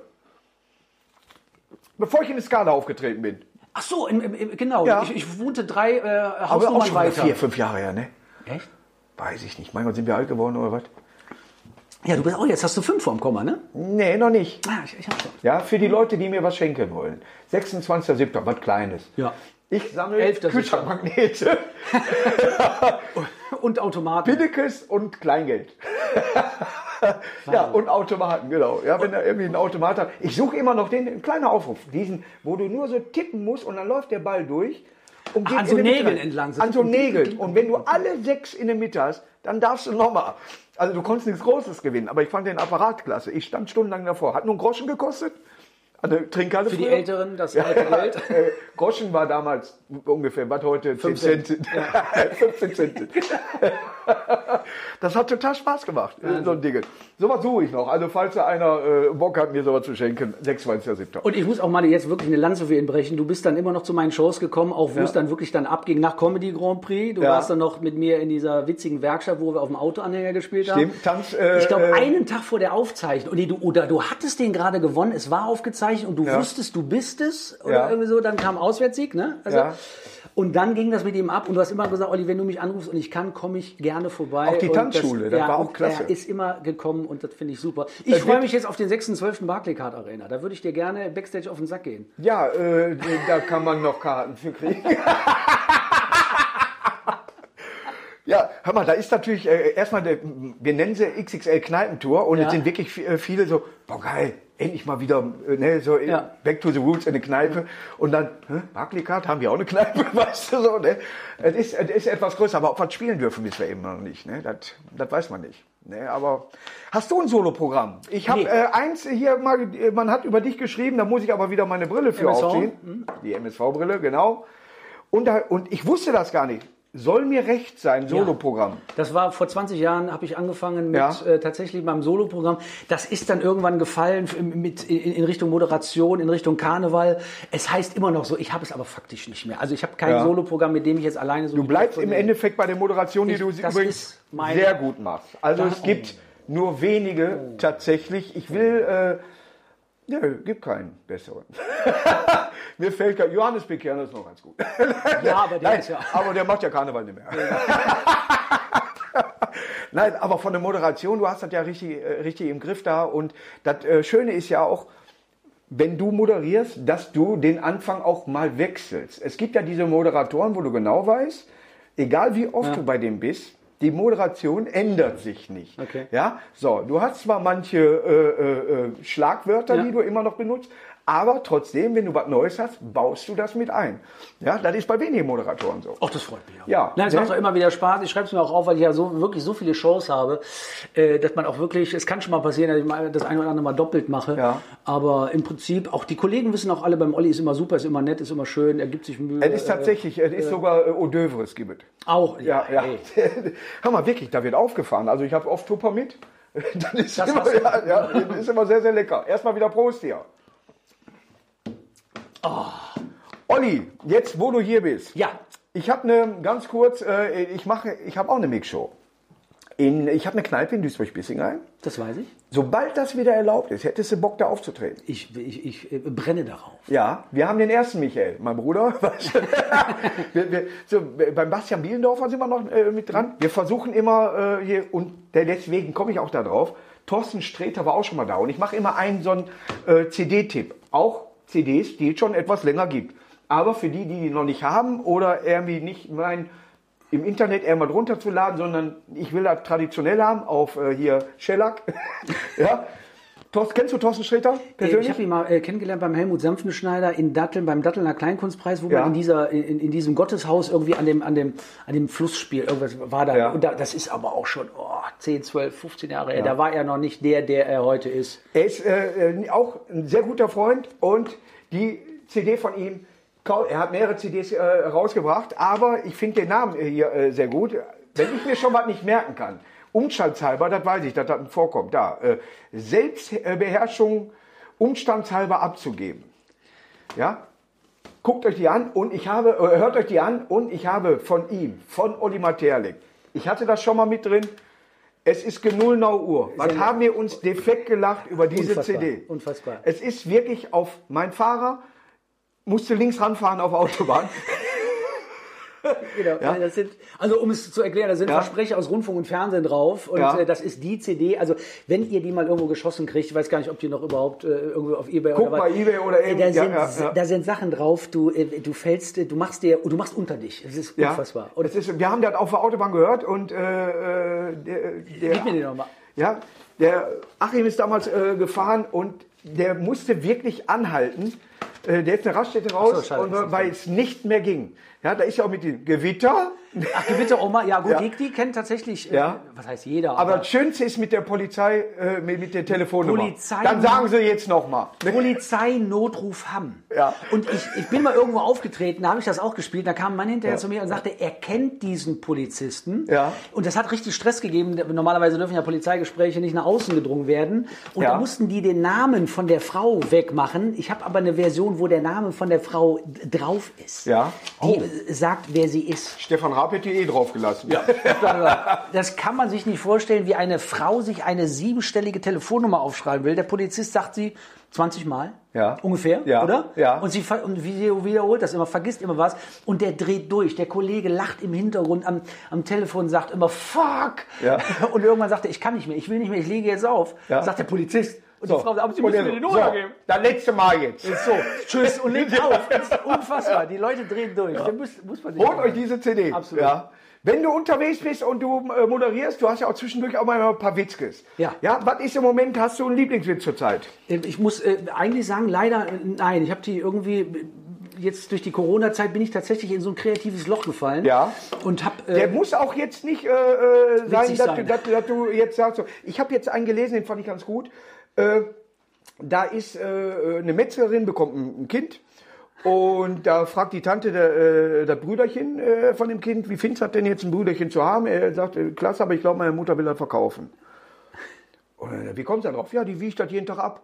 [SPEAKER 2] Bevor ich in die Skala aufgetreten bin.
[SPEAKER 3] Ach so, im, im, im, genau.
[SPEAKER 2] Ja.
[SPEAKER 3] Ich, ich wohnte drei äh,
[SPEAKER 2] Aber auch
[SPEAKER 3] Hausnummern
[SPEAKER 2] schon wieder
[SPEAKER 3] weiter.
[SPEAKER 2] vier, fünf Jahre her, ne?
[SPEAKER 3] Echt?
[SPEAKER 2] weiß ich nicht. Mein Gott, sind wir alt geworden oder was?
[SPEAKER 3] Ja, du bist auch, jetzt hast du fünf vorm Komma, ne?
[SPEAKER 2] Nee, noch nicht.
[SPEAKER 3] Ah, ich, ich hab schon.
[SPEAKER 2] Ja, für die Leute, die mir was schenken wollen. sechsundzwanzigster siebter, was Kleines.
[SPEAKER 3] Ja.
[SPEAKER 2] Ich sammle
[SPEAKER 3] elfter
[SPEAKER 2] Kühlschrankmagnete.
[SPEAKER 3] Und Automaten.
[SPEAKER 2] Pinnekes und Kleingeld. Ja, und Automaten, genau. Ja, wenn er irgendwie einen Automat hat. Ich suche immer noch den, ein kleiner Aufruf, diesen, wo du nur so tippen musst und dann läuft der Ball durch. Und geht
[SPEAKER 3] An so
[SPEAKER 2] in der Mitte
[SPEAKER 3] Nägeln
[SPEAKER 2] rein.
[SPEAKER 3] entlang.
[SPEAKER 2] An so Nägeln. Und wenn du alle sechs in der Mitte hast, dann darfst du nochmal. Also du konntest nichts Großes gewinnen, aber ich fand den Apparat klasse. Ich stand stundenlang davor. Hat nur einen Groschen gekostet. Eine Trinkhalle
[SPEAKER 3] Für die
[SPEAKER 2] früher.
[SPEAKER 3] Älteren, das alte Geld.
[SPEAKER 2] Äh, Groschen war damals ungefähr, was heute zehn Cent sind. fünfzehn Cent sind. Das hat total Spaß gemacht, ja. So ein Ding. Sowas suche ich noch. Also falls da einer äh, Bock hat, mir sowas zu schenken, sechsundzwanzigster siebter
[SPEAKER 3] Und ich muss auch mal jetzt wirklich eine Lanze für ihn brechen. Du bist dann immer noch zu meinen Shows gekommen, auch wo
[SPEAKER 2] Ja.
[SPEAKER 3] es dann wirklich dann abging nach Comedy Grand Prix. Du
[SPEAKER 2] Ja.
[SPEAKER 3] warst dann noch mit mir in dieser witzigen Werkstatt, wo wir auf dem Autoanhänger gespielt haben.
[SPEAKER 2] Stimmt, Tanz, äh,
[SPEAKER 3] ich glaube,
[SPEAKER 2] äh,
[SPEAKER 3] einen Tag vor der Aufzeichnung. Und nee, du, oder du hattest den gerade gewonnen, es war aufgezeichnet und du
[SPEAKER 2] Ja.
[SPEAKER 3] wusstest, du bist es. Oder
[SPEAKER 2] Ja.
[SPEAKER 3] irgendwie so, dann kam Auswärtssieg, ne? Also,
[SPEAKER 2] Ja.
[SPEAKER 3] Und dann ging das mit ihm ab und du hast immer gesagt, Olli, wenn du mich anrufst und ich kann, komme ich gerne vorbei.
[SPEAKER 2] Auch die
[SPEAKER 3] Und
[SPEAKER 2] Tanzschule, das war auch
[SPEAKER 3] und
[SPEAKER 2] klasse.
[SPEAKER 3] Er ist immer gekommen und das finde ich super. Ich
[SPEAKER 2] Das
[SPEAKER 3] freue
[SPEAKER 2] wird-
[SPEAKER 3] mich jetzt auf den sechsten zwölften Barclaycard Arena. Da würde ich dir gerne Backstage auf den Sack gehen.
[SPEAKER 2] Ja, äh, da kann man noch Karten für kriegen. Ja, hör mal, da ist natürlich äh, erstmal, der, wir nennen sie X X L Kneipentour und
[SPEAKER 3] Ja.
[SPEAKER 2] es sind wirklich vi- äh, viele so, boah geil, endlich mal wieder, äh, ne, so äh,
[SPEAKER 3] Ja.
[SPEAKER 2] back to the roots in eine Kneipe und dann, hä, Barclaycard, haben wir auch eine Kneipe, weißt du so, ne? Es ist, es ist etwas größer, aber ob wir spielen dürfen, wissen wir eben noch nicht, ne? Das, das weiß man nicht. Ne, aber hast du ein Soloprogramm? Ich habe
[SPEAKER 3] Nee.
[SPEAKER 2] äh, eins hier mal, äh, man hat über dich geschrieben, da muss ich aber wieder meine Brille für
[SPEAKER 3] M S V?
[SPEAKER 2] aufziehen. Die M S V-Brille, genau. Und, da, und ich wusste das gar nicht. Soll mir recht sein, Soloprogramm.
[SPEAKER 3] Das war vor zwanzig Jahren, habe ich angefangen mit
[SPEAKER 2] Ja.
[SPEAKER 3] äh, tatsächlich meinem Soloprogramm. Das ist dann irgendwann gefallen f- mit in, in Richtung Moderation, in Richtung Karneval. Es heißt immer noch so, ich habe es aber faktisch nicht mehr. Also ich habe kein
[SPEAKER 2] Ja.
[SPEAKER 3] Soloprogramm, mit dem ich jetzt alleine so...
[SPEAKER 2] Du bleibst im Endeffekt bei der Moderation, die
[SPEAKER 3] Ich-
[SPEAKER 2] du
[SPEAKER 3] das
[SPEAKER 2] übrigens
[SPEAKER 3] ist meine-
[SPEAKER 2] sehr gut machst. Also
[SPEAKER 3] Da-
[SPEAKER 2] es gibt nur wenige tatsächlich. Ich will, äh, ja, gibt keinen besseren. Mir fällt kein, Johannes Bekehren ist noch ganz gut.
[SPEAKER 3] Ja, aber der
[SPEAKER 2] Nein,
[SPEAKER 3] ist ja...
[SPEAKER 2] aber der macht ja Karneval nicht mehr. Nein, aber von der Moderation, du hast das ja richtig, äh, richtig im Griff da. Und das äh, Schöne ist ja auch, wenn du moderierst, dass du den Anfang auch mal wechselst. Es gibt ja diese Moderatoren, wo du genau weißt, egal wie oft
[SPEAKER 3] Ja.
[SPEAKER 2] du bei dem bist, die Moderation ändert sich nicht.
[SPEAKER 3] Okay.
[SPEAKER 2] Ja, so, du hast zwar manche äh, äh, Schlagwörter,
[SPEAKER 3] Ja.
[SPEAKER 2] die du immer noch benutzt, aber trotzdem, wenn du was Neues hast, baust du das mit ein. Ja, das ist bei wenigen Moderatoren so.
[SPEAKER 3] Ach, das freut mich auch.
[SPEAKER 2] Ja.
[SPEAKER 3] Nein, es
[SPEAKER 2] Ne?
[SPEAKER 3] macht auch immer wieder Spaß. Ich schreibe es mir auch auf, weil ich ja so wirklich so viele Shows habe, äh, dass man auch wirklich, es kann schon mal passieren, dass ich mal das eine oder andere mal doppelt mache.
[SPEAKER 2] Ja.
[SPEAKER 3] Aber im Prinzip, auch die Kollegen wissen auch alle, beim Olli ist immer super, ist immer nett, ist immer schön, er gibt sich Mühe.
[SPEAKER 2] Es ist tatsächlich, es ist sogar äh, Hors d'oeuvres gibt es.
[SPEAKER 3] Auch,
[SPEAKER 2] Ja, ja.
[SPEAKER 3] ey.
[SPEAKER 2] Hör mal, wirklich, da wird aufgefahren. Also ich habe oft Tupper mit. Das ist,
[SPEAKER 3] Das
[SPEAKER 2] immer,
[SPEAKER 3] hast du.
[SPEAKER 2] ja, ja, das ist immer sehr, sehr lecker. Erstmal wieder Prost hier. Olli, jetzt wo du hier bist.
[SPEAKER 3] Ja.
[SPEAKER 2] Ich habe eine, ganz kurz, äh, ich mache, ich habe auch eine Mixshow. In, ich habe eine Kneipe in Duisburg-Bissingen.
[SPEAKER 3] Das weiß ich.
[SPEAKER 2] Sobald das wieder erlaubt ist, hättest du Bock da aufzutreten.
[SPEAKER 3] Ich, ich, ich äh, brenne darauf.
[SPEAKER 2] Ja, wir haben den ersten Michael, mein Bruder. Weißt du? wir, wir, so, beim Bastian Bielendorfer sind wir noch äh, mit dran. Wir versuchen immer äh, hier, und der, deswegen komme ich auch da drauf, Thorsten Sträter war auch schon mal da. Und ich mache immer einen so einen äh, C D-Tipp. Auch C Ds, die es schon etwas länger gibt. Aber für die, die die noch nicht haben oder irgendwie nicht meinen, im Internet eher mal runterzuladen, sondern ich will das traditionell haben, auf äh, hier Shellac. Ja. Thorsten, kennst du Thorsten Sträter
[SPEAKER 3] Äh,
[SPEAKER 2] persönlich?
[SPEAKER 3] Ich habe ihn mal äh, kennengelernt beim Helmut Sanftenschneider in Datteln, beim Dattelner Kleinkunstpreis, wo
[SPEAKER 2] Ja.
[SPEAKER 3] man in, dieser, in, in diesem Gotteshaus irgendwie an dem, an dem, an dem Fluss spielt. Irgendwas war da.
[SPEAKER 2] Ja.
[SPEAKER 3] Und da, das ist aber auch schon oh, zehn, zwölf, fünfzehn Jahre her. Da war er noch nicht der, der er heute ist.
[SPEAKER 2] Er ist äh, äh, auch ein sehr guter Freund und die C D von ihm, er hat mehrere C Ds äh, rausgebracht, aber ich finde den Namen hier äh, sehr gut. Wenn ich mir schon was nicht merken kann, umstandshalber, das weiß ich, dass das vorkommt, da, äh, Selbstbeherrschung umstandshalber abzugeben. Ja? Guckt euch die an und ich habe, äh, hört euch die an und ich habe von ihm, von Olimar Terlik, ich hatte das schon mal mit drin, es ist genull Nau Uhr. Was
[SPEAKER 3] Sehr
[SPEAKER 2] haben wir uns defekt gelacht über diese
[SPEAKER 3] Unfassbar,
[SPEAKER 2] C D?
[SPEAKER 3] unfassbar.
[SPEAKER 2] Es ist wirklich auf, mein Fahrer musste links ranfahren auf Autobahn.
[SPEAKER 3] Genau,
[SPEAKER 2] Ja?
[SPEAKER 3] das sind, also um es zu erklären, da sind
[SPEAKER 2] Ja.
[SPEAKER 3] Versprecher aus Rundfunk und Fernsehen drauf und
[SPEAKER 2] Ja.
[SPEAKER 3] äh, das ist die C D, also wenn ihr die mal irgendwo geschossen kriegt, ich weiß gar nicht, ob die noch überhaupt äh, irgendwo auf eBay
[SPEAKER 2] Guck
[SPEAKER 3] oder
[SPEAKER 2] mal,
[SPEAKER 3] was.
[SPEAKER 2] eBay oder
[SPEAKER 3] Äh,
[SPEAKER 2] eben-
[SPEAKER 3] da,
[SPEAKER 2] ja,
[SPEAKER 3] sind,
[SPEAKER 2] ja, ja.
[SPEAKER 3] da sind Sachen drauf, du, äh, du fällst, äh, du machst dir, du machst unter dich, das ist
[SPEAKER 2] Ja.
[SPEAKER 3] unfassbar. Und
[SPEAKER 2] Das ist, wir haben das auf der Autobahn gehört und äh, äh, der, der,
[SPEAKER 3] gib mir den nochmal.
[SPEAKER 2] ja, der Achim ist damals äh, gefahren und der musste wirklich anhalten. Äh, der ist eine Raststätte raus,
[SPEAKER 3] Ach so, schade,
[SPEAKER 2] und,
[SPEAKER 3] das ist
[SPEAKER 2] weil es nicht mehr ging. Ja, da ist ja auch mit dem Gewitter.
[SPEAKER 3] Ach, Gewitter Oma, ja gut,
[SPEAKER 2] Ja.
[SPEAKER 3] Die, die kennt tatsächlich,
[SPEAKER 2] Ja.
[SPEAKER 3] äh, was heißt jeder,
[SPEAKER 2] Aber das Schönste ist mit der Polizei, äh, mit, mit der Telefonnummer.
[SPEAKER 3] Polizei-
[SPEAKER 2] Dann sagen sie jetzt nochmal.
[SPEAKER 3] Polizeinotruf Hamm.
[SPEAKER 2] Ja.
[SPEAKER 3] Und ich, ich bin mal irgendwo aufgetreten, da habe ich das auch gespielt, da kam ein Mann hinterher
[SPEAKER 2] Ja.
[SPEAKER 3] zu mir und sagte, er kennt diesen Polizisten.
[SPEAKER 2] Ja.
[SPEAKER 3] Und das hat richtig Stress gegeben. Normalerweise dürfen ja Polizeigespräche nicht nach außen gedrungen werden. Und
[SPEAKER 2] Ja.
[SPEAKER 3] da mussten die den Namen von der Frau wegmachen. Ich habe aber eine Version, wo der Name von der Frau d- drauf ist.
[SPEAKER 2] Ja.
[SPEAKER 3] Die
[SPEAKER 2] Oh.
[SPEAKER 3] äh, sagt, wer sie ist.
[SPEAKER 2] Stefan Raab hätte die eh draufgelassen. Ja.
[SPEAKER 3] Das kann man sich nicht vorstellen, wie eine Frau sich eine siebenstellige Telefonnummer aufschreiben will. Der Polizist sagt sie zwanzig Mal.
[SPEAKER 2] Ja.
[SPEAKER 3] Ungefähr,
[SPEAKER 2] Ja.
[SPEAKER 3] oder?
[SPEAKER 2] Ja.
[SPEAKER 3] Und sie ver- und wie- wiederholt das immer, vergisst immer was. Und der dreht durch. Der Kollege lacht im Hintergrund am, am Telefon, sagt immer, fuck.
[SPEAKER 2] Ja.
[SPEAKER 3] Und irgendwann sagt er, ich kann nicht mehr, ich will nicht mehr, ich lege jetzt auf.
[SPEAKER 2] Ja.
[SPEAKER 3] Sagt der Polizist. Und
[SPEAKER 2] So.
[SPEAKER 3] die Frau sagt, aber Sie
[SPEAKER 2] Und
[SPEAKER 3] müssen
[SPEAKER 2] der
[SPEAKER 3] mir die
[SPEAKER 2] so,
[SPEAKER 3] Nummer
[SPEAKER 2] so,
[SPEAKER 3] geben.
[SPEAKER 2] Das letzte Mal jetzt.
[SPEAKER 3] Ist so, tschüss und legt auf. Das ist unfassbar. Die Leute drehen durch. Da muss, muss man sich
[SPEAKER 2] Holt euch diese C D.
[SPEAKER 3] Absolut.
[SPEAKER 2] Ja. Wenn du unterwegs bist und du äh, moderierst, du hast ja auch zwischendurch auch mal ein paar Witzkes.
[SPEAKER 3] Ja.
[SPEAKER 2] Ja, was ist im Moment, hast du einen Lieblingswitz zurzeit?
[SPEAKER 3] Ich muss äh, eigentlich sagen, leider äh, nein. Ich habe die irgendwie äh, jetzt durch die Corona-Zeit bin ich tatsächlich in so ein kreatives Loch gefallen.
[SPEAKER 2] Ja.
[SPEAKER 3] Und habe
[SPEAKER 2] Der
[SPEAKER 3] äh,
[SPEAKER 2] muss auch jetzt nicht äh, äh, sein, dass,
[SPEAKER 3] Witzig
[SPEAKER 2] Du,
[SPEAKER 3] sein.
[SPEAKER 2] dass, du- dass du jetzt sagst, so. Ich habe jetzt einen gelesen, den fand ich ganz gut. Äh, da ist äh, eine Metzgerin, bekommt ein, ein Kind. Und da fragt die Tante der, äh, das Brüderchen äh, von dem Kind, wie findest du das denn jetzt, ein Brüderchen zu haben? Er sagt, äh, klasse, aber ich glaube, meine Mutter will das verkaufen. Und, äh, wie kommt sie darauf? Ja, die wiegt das jeden Tag ab.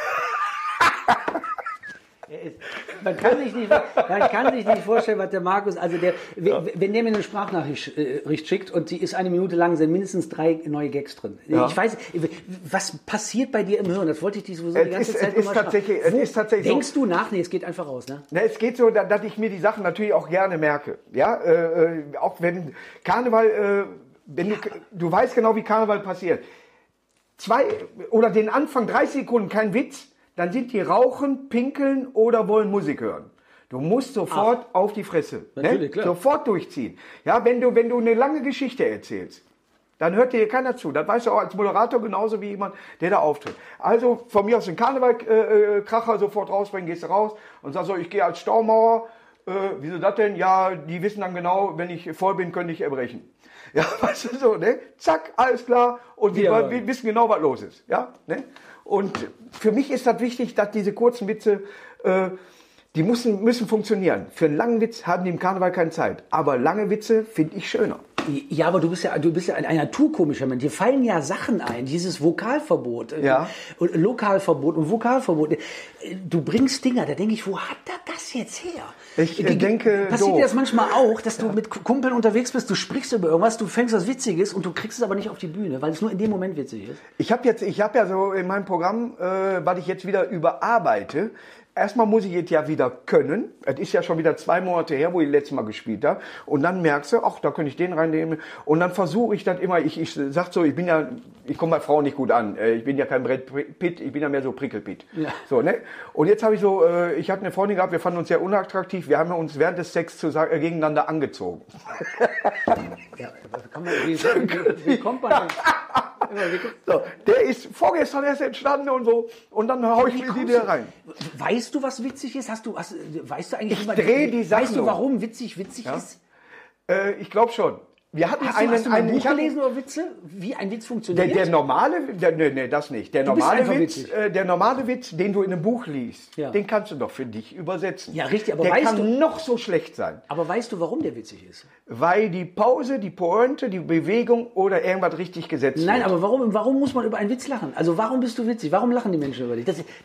[SPEAKER 3] man kann sich nicht, man kann sich nicht vorstellen, was der Markus, also der, wenn- wenn der mir eine Sprachnachricht äh, schickt und die ist eine Minute lang, sind mindestens drei neue Gags drin.
[SPEAKER 2] Ja.
[SPEAKER 3] Ich weiß, was passiert bei dir im Hirn? Das wollte ich dich sowieso die
[SPEAKER 2] Es
[SPEAKER 3] ganze
[SPEAKER 2] ist-
[SPEAKER 3] Zeit
[SPEAKER 2] es ist
[SPEAKER 3] noch mal
[SPEAKER 2] tatsächlich-
[SPEAKER 3] fragen.
[SPEAKER 2] es
[SPEAKER 3] Wo
[SPEAKER 2] ist tatsächlich so-
[SPEAKER 3] denkst du nach? Nee, es geht einfach raus, ne?
[SPEAKER 2] Na, es geht so, da- dass ich mir die Sachen natürlich auch gerne merke. Ja, äh, äh, auch wenn Karneval, äh, wenn du, du weißt genau, wie Karneval passiert. Zwei oder den Anfang dreißig Sekunden kein Witz, dann sind die rauchen, pinkeln oder wollen Musik hören. Du musst sofort auf die Fresse.
[SPEAKER 3] Natürlich,
[SPEAKER 2] ne?
[SPEAKER 3] klar.
[SPEAKER 2] Sofort durchziehen. Ja, wenn du, wenn du eine lange Geschichte erzählst, dann hört dir keiner zu. Das weißt du auch als Moderator genauso wie jemand, der da auftritt. Also von mir aus den Karneval-Kracher sofort rausbringen, gehst du raus und sagst so, ich gehe als Staumauer. Äh, wieso das denn? Ja, die wissen dann genau, wenn ich voll bin, können ich erbrechen. Ja, weißt du so, ne? Zack, alles klar. Und wir,
[SPEAKER 3] Ja.
[SPEAKER 2] wir wissen genau, was los ist. Ja, ne? Und für mich ist das wichtig, dass diese kurzen Witze, äh, die müssen, müssen funktionieren. Für einen langen Witz haben die im Karneval keine Zeit. Aber lange Witze finde ich schöner.
[SPEAKER 3] Ja, aber du bist ja, du bist ja ein, ein naturkomischer Mensch. Dir fallen ja Sachen ein, dieses Vokalverbot, äh,
[SPEAKER 2] Ja.
[SPEAKER 3] und Lokalverbot und Vokalverbot. Äh, Du bringst Dinger, da denke ich, wo hat er das jetzt her?
[SPEAKER 2] Ich, äh,
[SPEAKER 3] Ge- ge-
[SPEAKER 2] denke,
[SPEAKER 3] Passiert
[SPEAKER 2] doof.
[SPEAKER 3] dir das manchmal auch, dass du mit Kumpeln unterwegs bist, du sprichst über irgendwas, du fängst was Witziges und du kriegst es aber nicht auf die Bühne, weil es nur in dem Moment witzig ist?
[SPEAKER 2] Ich habe jetzt, ich habe ja so in meinem Programm, äh, was ich jetzt wieder überarbeite. Erstmal muss ich es ja wieder können. Es ist ja schon wieder zwei Monate her, wo ich letztes Mal gespielt habe. Und dann merkst du, ach, da könnte ich den reinnehmen. Und dann versuche ich das immer, ich, ich sag so, ich bin ja, ich komme bei Frauen nicht gut an. Äh, Ich bin ja kein Brett Pitt, ich bin ja mehr so Prickelpitt.
[SPEAKER 3] Ja.
[SPEAKER 2] So, ne? Und jetzt habe ich so, äh, ich hatte eine Freundin gehabt, wir fanden uns sehr unattraktiv. Wir haben uns während des Sex zusammen, äh, gegeneinander angezogen.
[SPEAKER 3] Ja, kann man, wie, wie, wie kommt man denn?
[SPEAKER 2] So, der ist vorgestern erst entstanden und so. Und dann hau ich mir die da rein.
[SPEAKER 3] Weißt du, was witzig ist? Hast du, hast, weißt du eigentlich,
[SPEAKER 2] Ich
[SPEAKER 3] wie man-
[SPEAKER 2] dreh die Sachen
[SPEAKER 3] weißt du,
[SPEAKER 2] um.
[SPEAKER 3] warum witzig witzig ist?
[SPEAKER 2] Äh, ich glaube schon. Wir hatten
[SPEAKER 3] Hast du,
[SPEAKER 2] einen,
[SPEAKER 3] hast du mal ein
[SPEAKER 2] einen
[SPEAKER 3] Buch
[SPEAKER 2] ich hab-
[SPEAKER 3] gelesen über Witze? Wie ein Witz
[SPEAKER 2] Der,
[SPEAKER 3] funktioniert?
[SPEAKER 2] der normale, der, nee, nee, das nicht. Der
[SPEAKER 3] Du bist
[SPEAKER 2] normale
[SPEAKER 3] einfach
[SPEAKER 2] Witz,
[SPEAKER 3] witzig.
[SPEAKER 2] äh, der normale Witz, den du in einem Buch liest,
[SPEAKER 3] Ja.
[SPEAKER 2] den kannst du doch für dich übersetzen.
[SPEAKER 3] Ja, richtig, aber
[SPEAKER 2] der
[SPEAKER 3] weißt
[SPEAKER 2] kann
[SPEAKER 3] du-
[SPEAKER 2] noch so schlecht sein,
[SPEAKER 3] Aber weißt du, warum der witzig ist?
[SPEAKER 2] weil die Pause, die Pointe, die Bewegung oder irgendwas richtig gesetzt
[SPEAKER 3] Nein,
[SPEAKER 2] wird.
[SPEAKER 3] aber warum, warum muss man über einen Witz lachen? Also warum bist du witzig? Warum lachen die Menschen über dich? Das,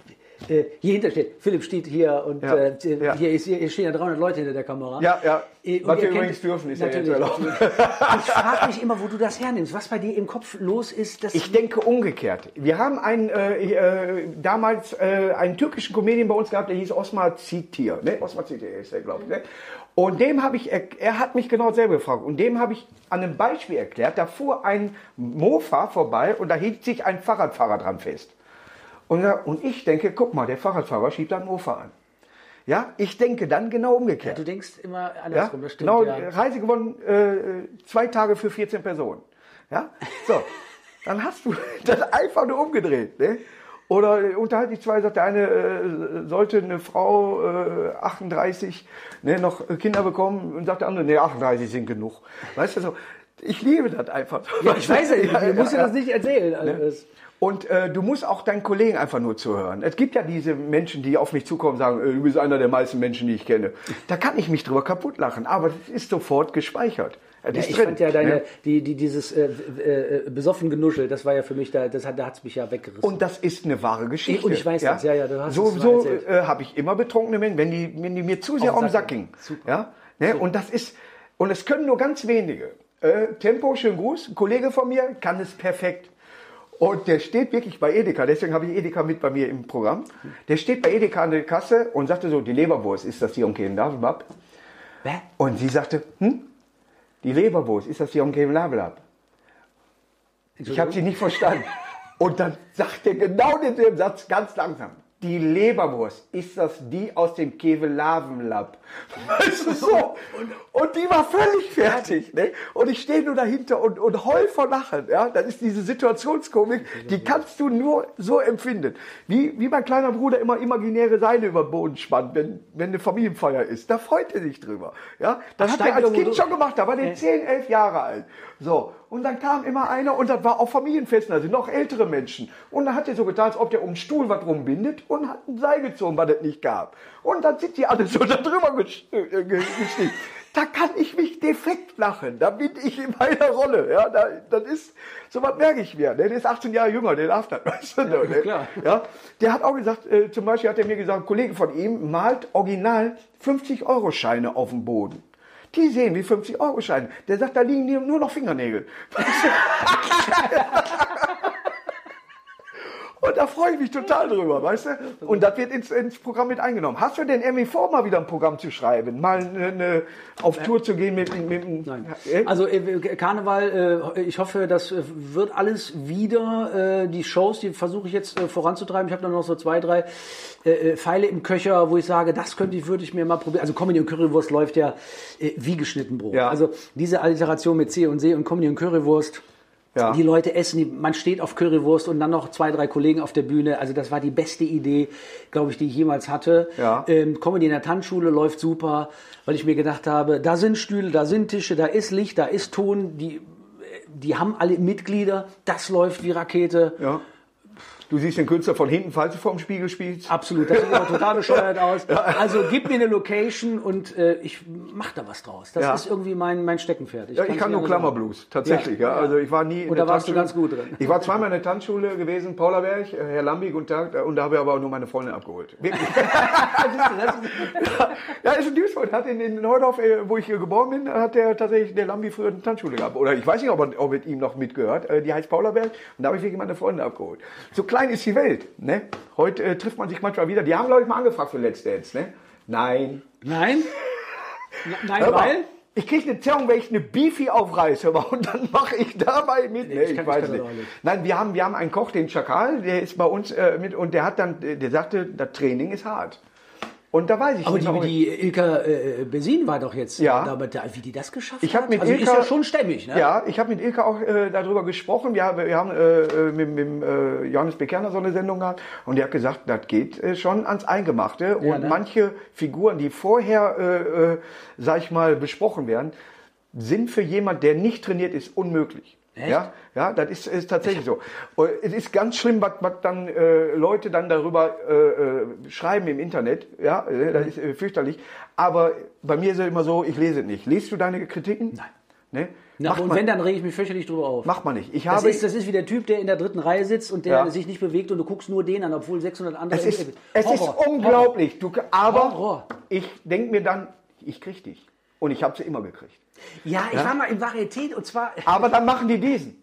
[SPEAKER 3] äh, hier hinter steht. Philipp steht hier und
[SPEAKER 2] Ja,
[SPEAKER 3] äh,
[SPEAKER 2] ja.
[SPEAKER 3] hier, ist, hier stehen ja dreihundert Leute hinter der Kamera.
[SPEAKER 2] Ja, ja.
[SPEAKER 3] Äh, und
[SPEAKER 2] Was
[SPEAKER 3] ihr
[SPEAKER 2] wir
[SPEAKER 3] kennt-
[SPEAKER 2] übrigens dürfen, ist ja jetzt
[SPEAKER 3] natürlich.
[SPEAKER 2] erlaubt.
[SPEAKER 3] Ich frage mich immer, wo du das hernimmst. Was bei dir im Kopf los ist. Das
[SPEAKER 2] Ich denke umgekehrt. Wir haben einen, äh, äh, damals äh, einen türkischen Comedian bei uns gehabt, der hieß Osman Zitir. Ne? Osman Zitir ist der, glaube ich. Ne? Und dem habe ich, er, er hat mich genau selber gefragt. Und dem habe ich an einem Beispiel erklärt, da fuhr ein Mofa vorbei und da hielt sich ein Fahrradfahrer dran fest. Und, da- und ich denke, guck mal, der Fahrradfahrer schiebt ein Mofa an. Ja, ich denke dann genau umgekehrt.
[SPEAKER 3] du denkst immer
[SPEAKER 2] Ja,
[SPEAKER 3] andersrum, das stimmt.
[SPEAKER 2] genau,
[SPEAKER 3] ja.
[SPEAKER 2] Reise gewonnen, äh, zwei Tage für vierzehn Personen. Ja, so, dann hast du das einfach nur umgedreht. Ne? Oder äh, unterhalb die zwei, sagt der eine, äh, sollte eine Frau äh, achtunddreißig ne, noch Kinder bekommen und sagt der andere, nee, achtunddreißig sind genug. Weißt du so, ich liebe das einfach.
[SPEAKER 3] Ja, ich weiß ja nicht,
[SPEAKER 2] Ja,
[SPEAKER 3] du musst
[SPEAKER 2] ja,
[SPEAKER 3] dir das nicht erzählen. Also das-
[SPEAKER 2] und äh, du musst auch deinen Kollegen einfach nur zuhören. Es gibt ja diese Menschen, die auf mich zukommen und sagen, äh, du bist einer der meisten Menschen, die ich kenne. Da kann ich mich drüber kaputt lachen, aber das ist sofort gespeichert. Das
[SPEAKER 3] Ja,
[SPEAKER 2] ist
[SPEAKER 3] ich
[SPEAKER 2] drin,
[SPEAKER 3] fand ja deine,
[SPEAKER 2] ne?
[SPEAKER 3] die, die, dieses äh, äh, besoffen Genuschel, das war ja für mich, da, das hat, da hat's mich ja weggerissen.
[SPEAKER 2] Und das ist eine wahre Geschichte.
[SPEAKER 3] Und ich weiß das, ja, ja, du hast
[SPEAKER 2] so
[SPEAKER 3] es mal
[SPEAKER 2] so
[SPEAKER 3] erzählt.
[SPEAKER 2] äh, habe ich immer betrunkene Menschen, wenn die, wenn die mir zu sehr
[SPEAKER 3] Auf den
[SPEAKER 2] am
[SPEAKER 3] Sack
[SPEAKER 2] Sack
[SPEAKER 3] gehen.
[SPEAKER 2] gingen.
[SPEAKER 3] Super.
[SPEAKER 2] Ja? Ne? Und das ist, und es können nur ganz wenige. Äh, Tempo, schönen Gruß. Ein Kollege von mir kann es perfekt. Und der steht wirklich bei Edeka, deswegen habe ich Edeka mit bei mir im Programm. Der steht bei Edeka an der Kasse und sagte so, die Leberwurst, ist das hier okay? Blablabla.
[SPEAKER 3] Hä?
[SPEAKER 2] Und sie sagte, hm? Die Leberwurst, ist das hier okay? Blablabla. Ich habe sie nicht verstanden. Und dann sagt er genau denselben Satz ganz langsam. Die Leberwurst, ist das die aus dem Kevelavenlab? Weißt du so? Und die war völlig fertig. Ne? Und ich stehe nur dahinter und, und heul vor Lachen. Ja? Das ist diese Situationskomik, die kannst du nur so empfinden. Wie, wie mein kleiner Bruder immer imaginäre Seile über den Boden spannt, wenn, wenn eine Familienfeier ist. Da freut er sich drüber. Ja? Das hat er als
[SPEAKER 3] Steigerung,
[SPEAKER 2] Kind
[SPEAKER 3] du-
[SPEAKER 2] schon gemacht, da war der zehn, elf Jahre alt. So, und dann kam immer einer und das war auf Familienfesten, also noch ältere Menschen. Und dann hat er so getan, als ob der um den Stuhl was rumbindet und hat ein Seil gezogen, was es nicht gab. Und dann sind die alle so da drüber gest- äh, ge- gestiegen. Da kann ich mich defekt lachen, da bin ich in meiner Rolle. Ja, da, das ist, so was merke ich mir. Der ist achtzehn Jahre jünger, der darf das. Weißt du, ja, ne?
[SPEAKER 3] klar.
[SPEAKER 2] Ja, der hat auch gesagt, äh, zum Beispiel hat er mir gesagt, ein Kollege von ihm malt original fünfzig-Euro-Scheine auf dem Boden. Die sehen wie fünfzig-Euro-Scheine. Der sagt, da liegen die nur noch Fingernägel. Weißt du? Und da freue ich mich total drüber, weißt du? Und das wird ins, ins Programm mit eingenommen. Hast du denn irgendwie vor, mal wieder ein Programm zu schreiben? Mal eine, eine, auf Tour zu gehen mit, mit, mit
[SPEAKER 3] Nein.
[SPEAKER 2] Äh?
[SPEAKER 3] Also äh, Karneval, äh, ich hoffe, das äh, wird alles wieder. Äh, die Shows, die versuche ich jetzt äh, voranzutreiben. Ich habe noch so zwei, drei äh, äh, Pfeile im Köcher, wo ich sage, das könnte ich, würde ich mir mal probieren. Also Comedy und Currywurst läuft ja äh, wie geschnitten Brot.
[SPEAKER 2] Ja.
[SPEAKER 3] Also diese Alliteration mit C und C und Comedy und Currywurst.
[SPEAKER 2] Ja.
[SPEAKER 3] Die Leute essen, die, man steht auf Currywurst und dann noch zwei, drei Kollegen auf der Bühne. Also das war die beste Idee, glaube ich, die ich jemals hatte.
[SPEAKER 2] Ja.
[SPEAKER 3] Ähm, Comedy in der Tanzschule läuft super, weil ich mir gedacht habe, da sind Stühle, da sind Tische, da ist Licht, da ist Ton. Die, die haben alle Mitglieder. Das läuft wie Rakete.
[SPEAKER 2] Ja. Du siehst den Künstler von hinten, falls du vor dem Spiegel spielst.
[SPEAKER 3] Absolut, das sieht aber total bescheuert aus. Also gib mir eine Location und äh, ich mach da was draus. Das
[SPEAKER 2] Ja.
[SPEAKER 3] ist irgendwie mein, mein Steckenpferd.
[SPEAKER 2] Ja, ich
[SPEAKER 3] kann's
[SPEAKER 2] kann
[SPEAKER 3] nicht
[SPEAKER 2] nur
[SPEAKER 3] anders sagen.
[SPEAKER 2] Klammerblues, tatsächlich. Ja.
[SPEAKER 3] Ja.
[SPEAKER 2] Also ich war nie in
[SPEAKER 3] Und
[SPEAKER 2] der
[SPEAKER 3] da warst du
[SPEAKER 2] Tanzschule.
[SPEAKER 3] ganz gut drin.
[SPEAKER 2] Ich war zweimal in der Tanzschule gewesen, Paulaberg, äh, Herr Lambi, guten Tag, äh, und da habe ich aber auch nur meine Freundin abgeholt. Wirklich. Ja, ist in Duisburg, hat in, in Neudorf, äh, wo ich äh, geboren bin, hat der tatsächlich der Lambi früher eine Tanzschule gehabt. Oder ich weiß nicht, ob er, ob er ihm noch mitgehört. Äh, die heißt Paulaberg und da habe ich wirklich meine Freundin abgeholt. So klein ist die Welt. Ne? Heute äh, trifft man sich manchmal wieder. Die haben, glaube ich, mal angefragt für Let's Dance. Ne? Nein.
[SPEAKER 3] Nein? Na- Nein,
[SPEAKER 2] Hör mal,
[SPEAKER 3] weil?
[SPEAKER 2] ich kriege eine Zerrung, wenn ich eine Beefy aufreiße, aber und dann mache ich dabei mit. Nee,
[SPEAKER 3] ich
[SPEAKER 2] ich,
[SPEAKER 3] kann- ich
[SPEAKER 2] weiß
[SPEAKER 3] kann
[SPEAKER 2] nicht.
[SPEAKER 3] das auch nicht.
[SPEAKER 2] Nein, wir haben, wir haben einen Koch, den Schakal, der ist bei uns äh, mit und der hat dann, der sagte, das Training ist hart. Und da weiß ich
[SPEAKER 3] Aber
[SPEAKER 2] nicht,
[SPEAKER 3] die,
[SPEAKER 2] warum-
[SPEAKER 3] die Ilka äh, Besin war doch jetzt
[SPEAKER 2] Ja.
[SPEAKER 3] damit da, wie die das geschafft
[SPEAKER 2] Ich
[SPEAKER 3] hat.
[SPEAKER 2] hab mit
[SPEAKER 3] also
[SPEAKER 2] Ilka-
[SPEAKER 3] ist ja schon stämmig, ne?
[SPEAKER 2] Ja, ich habe mit Ilka auch äh, darüber gesprochen. Wir, wir haben äh, äh, mit, mit äh, Johannes Bekerner so eine Sendung gehabt und der hat gesagt, das geht äh, schon ans Eingemachte.
[SPEAKER 3] Ja,
[SPEAKER 2] und
[SPEAKER 3] ne?
[SPEAKER 2] manche Figuren, die vorher, äh, äh, sag ich mal, besprochen werden, sind für jemand, der nicht trainiert ist, unmöglich.
[SPEAKER 3] Echt?
[SPEAKER 2] Ja, ja, das ist, ist tatsächlich so. Und es ist ganz schlimm, was, was dann äh, Leute dann darüber äh, äh, schreiben im Internet. Ja, äh, das ist äh, fürchterlich. Aber bei mir ist es immer so, ich lese es nicht. Liest du deine Kritiken?
[SPEAKER 3] Nein.
[SPEAKER 2] Ne?
[SPEAKER 3] Na,
[SPEAKER 2] Macht
[SPEAKER 3] und
[SPEAKER 2] man,
[SPEAKER 3] wenn, dann rege ich mich fürchterlich drüber auf.
[SPEAKER 2] macht man nicht. Ich
[SPEAKER 3] Das
[SPEAKER 2] habe,
[SPEAKER 3] ist, das ist wie der Typ, der in der dritten Reihe sitzt und der
[SPEAKER 2] Ja.
[SPEAKER 3] sich nicht bewegt und du guckst nur den an, obwohl sechshundert andere...
[SPEAKER 2] es ist, es ist
[SPEAKER 3] Horror.
[SPEAKER 2] unglaublich. Du, aber
[SPEAKER 3] Horror.
[SPEAKER 2] ich denke mir dann, ich krieg dich. Und ich habe sie immer gekriegt.
[SPEAKER 3] Ja, ich war mal im Varieté und zwar...
[SPEAKER 2] Aber dann machen die diesen.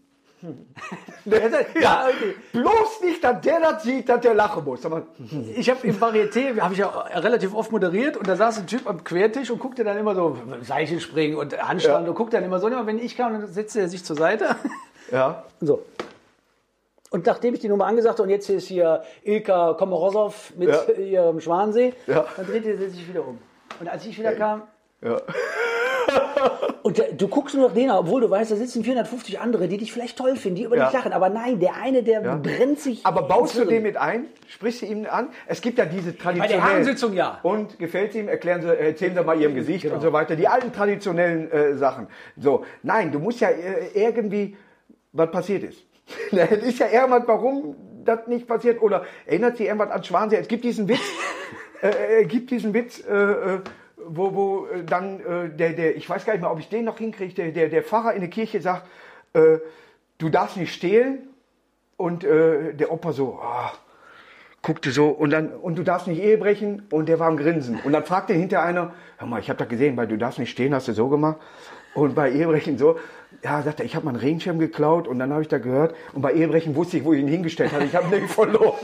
[SPEAKER 3] Ja, okay.
[SPEAKER 2] Bloß nicht, dass der das sieht, dass der lachen muss. Aber,
[SPEAKER 3] Ich habe im Varieté, habe ich ja relativ oft moderiert und da saß ein Typ am Quertisch und guckte dann immer so Seichenspringen und Handstand
[SPEAKER 2] Ja.
[SPEAKER 3] und guckte dann immer so, immer wenn ich kam, dann setzte er sich zur Seite.
[SPEAKER 2] ja.
[SPEAKER 3] So. Und nachdem ich die Nummer angesagt habe und jetzt ist hier Ilka Komorosov mit
[SPEAKER 2] Ja.
[SPEAKER 3] ihrem Schwansee,
[SPEAKER 2] Ja.
[SPEAKER 3] dann drehte er sich wieder um. Und als ich wieder kam,
[SPEAKER 2] Ja.
[SPEAKER 3] und der, du guckst nur noch den, obwohl du weißt, da sitzen vierhundertfünfzig andere, die dich vielleicht toll finden, die über
[SPEAKER 2] Ja.
[SPEAKER 3] dich lachen. Aber nein, der eine, der
[SPEAKER 2] Ja.
[SPEAKER 3] brennt sich.
[SPEAKER 2] Aber baust du
[SPEAKER 3] ins Hirn.
[SPEAKER 2] den mit ein? Sprichst du ihn an? Es gibt ja diese
[SPEAKER 3] Bei
[SPEAKER 2] traditionellen...
[SPEAKER 3] der Herrensitzung ja.
[SPEAKER 2] Und gefällt es ihm, erklären Sie, erzählen Sie mal Ihrem Gesicht und so weiter. Die alten traditionellen äh, Sachen. So, nein, du musst ja äh, irgendwie, was passiert ist. Es ist ja irgendwas, warum das nicht passiert. Oder erinnert sich irgendwas an Schwansee? Es gibt diesen Witz, äh, äh, gibt diesen Witz, äh, äh, wo, wo äh, dann äh, der, der, ich weiß gar nicht mehr, ob ich den noch hinkriege, der, der, der Pfarrer in der Kirche sagt, äh, du darfst nicht stehlen. Und äh, der Opa so, ah, guckte so und dann und du darfst nicht Ehe brechen und der war am Grinsen und dann fragte hinter einer, hör mal, ich habe das gesehen, weil du darfst nicht stehen, hast du so gemacht und bei Ehebrechen so, ja, sagt er, ich habe mal einen Regenschirm geklaut und dann habe ich da gehört und bei Ehebrechen wusste ich, wo ich ihn hingestellt habe, ich habe ihn nicht verloren.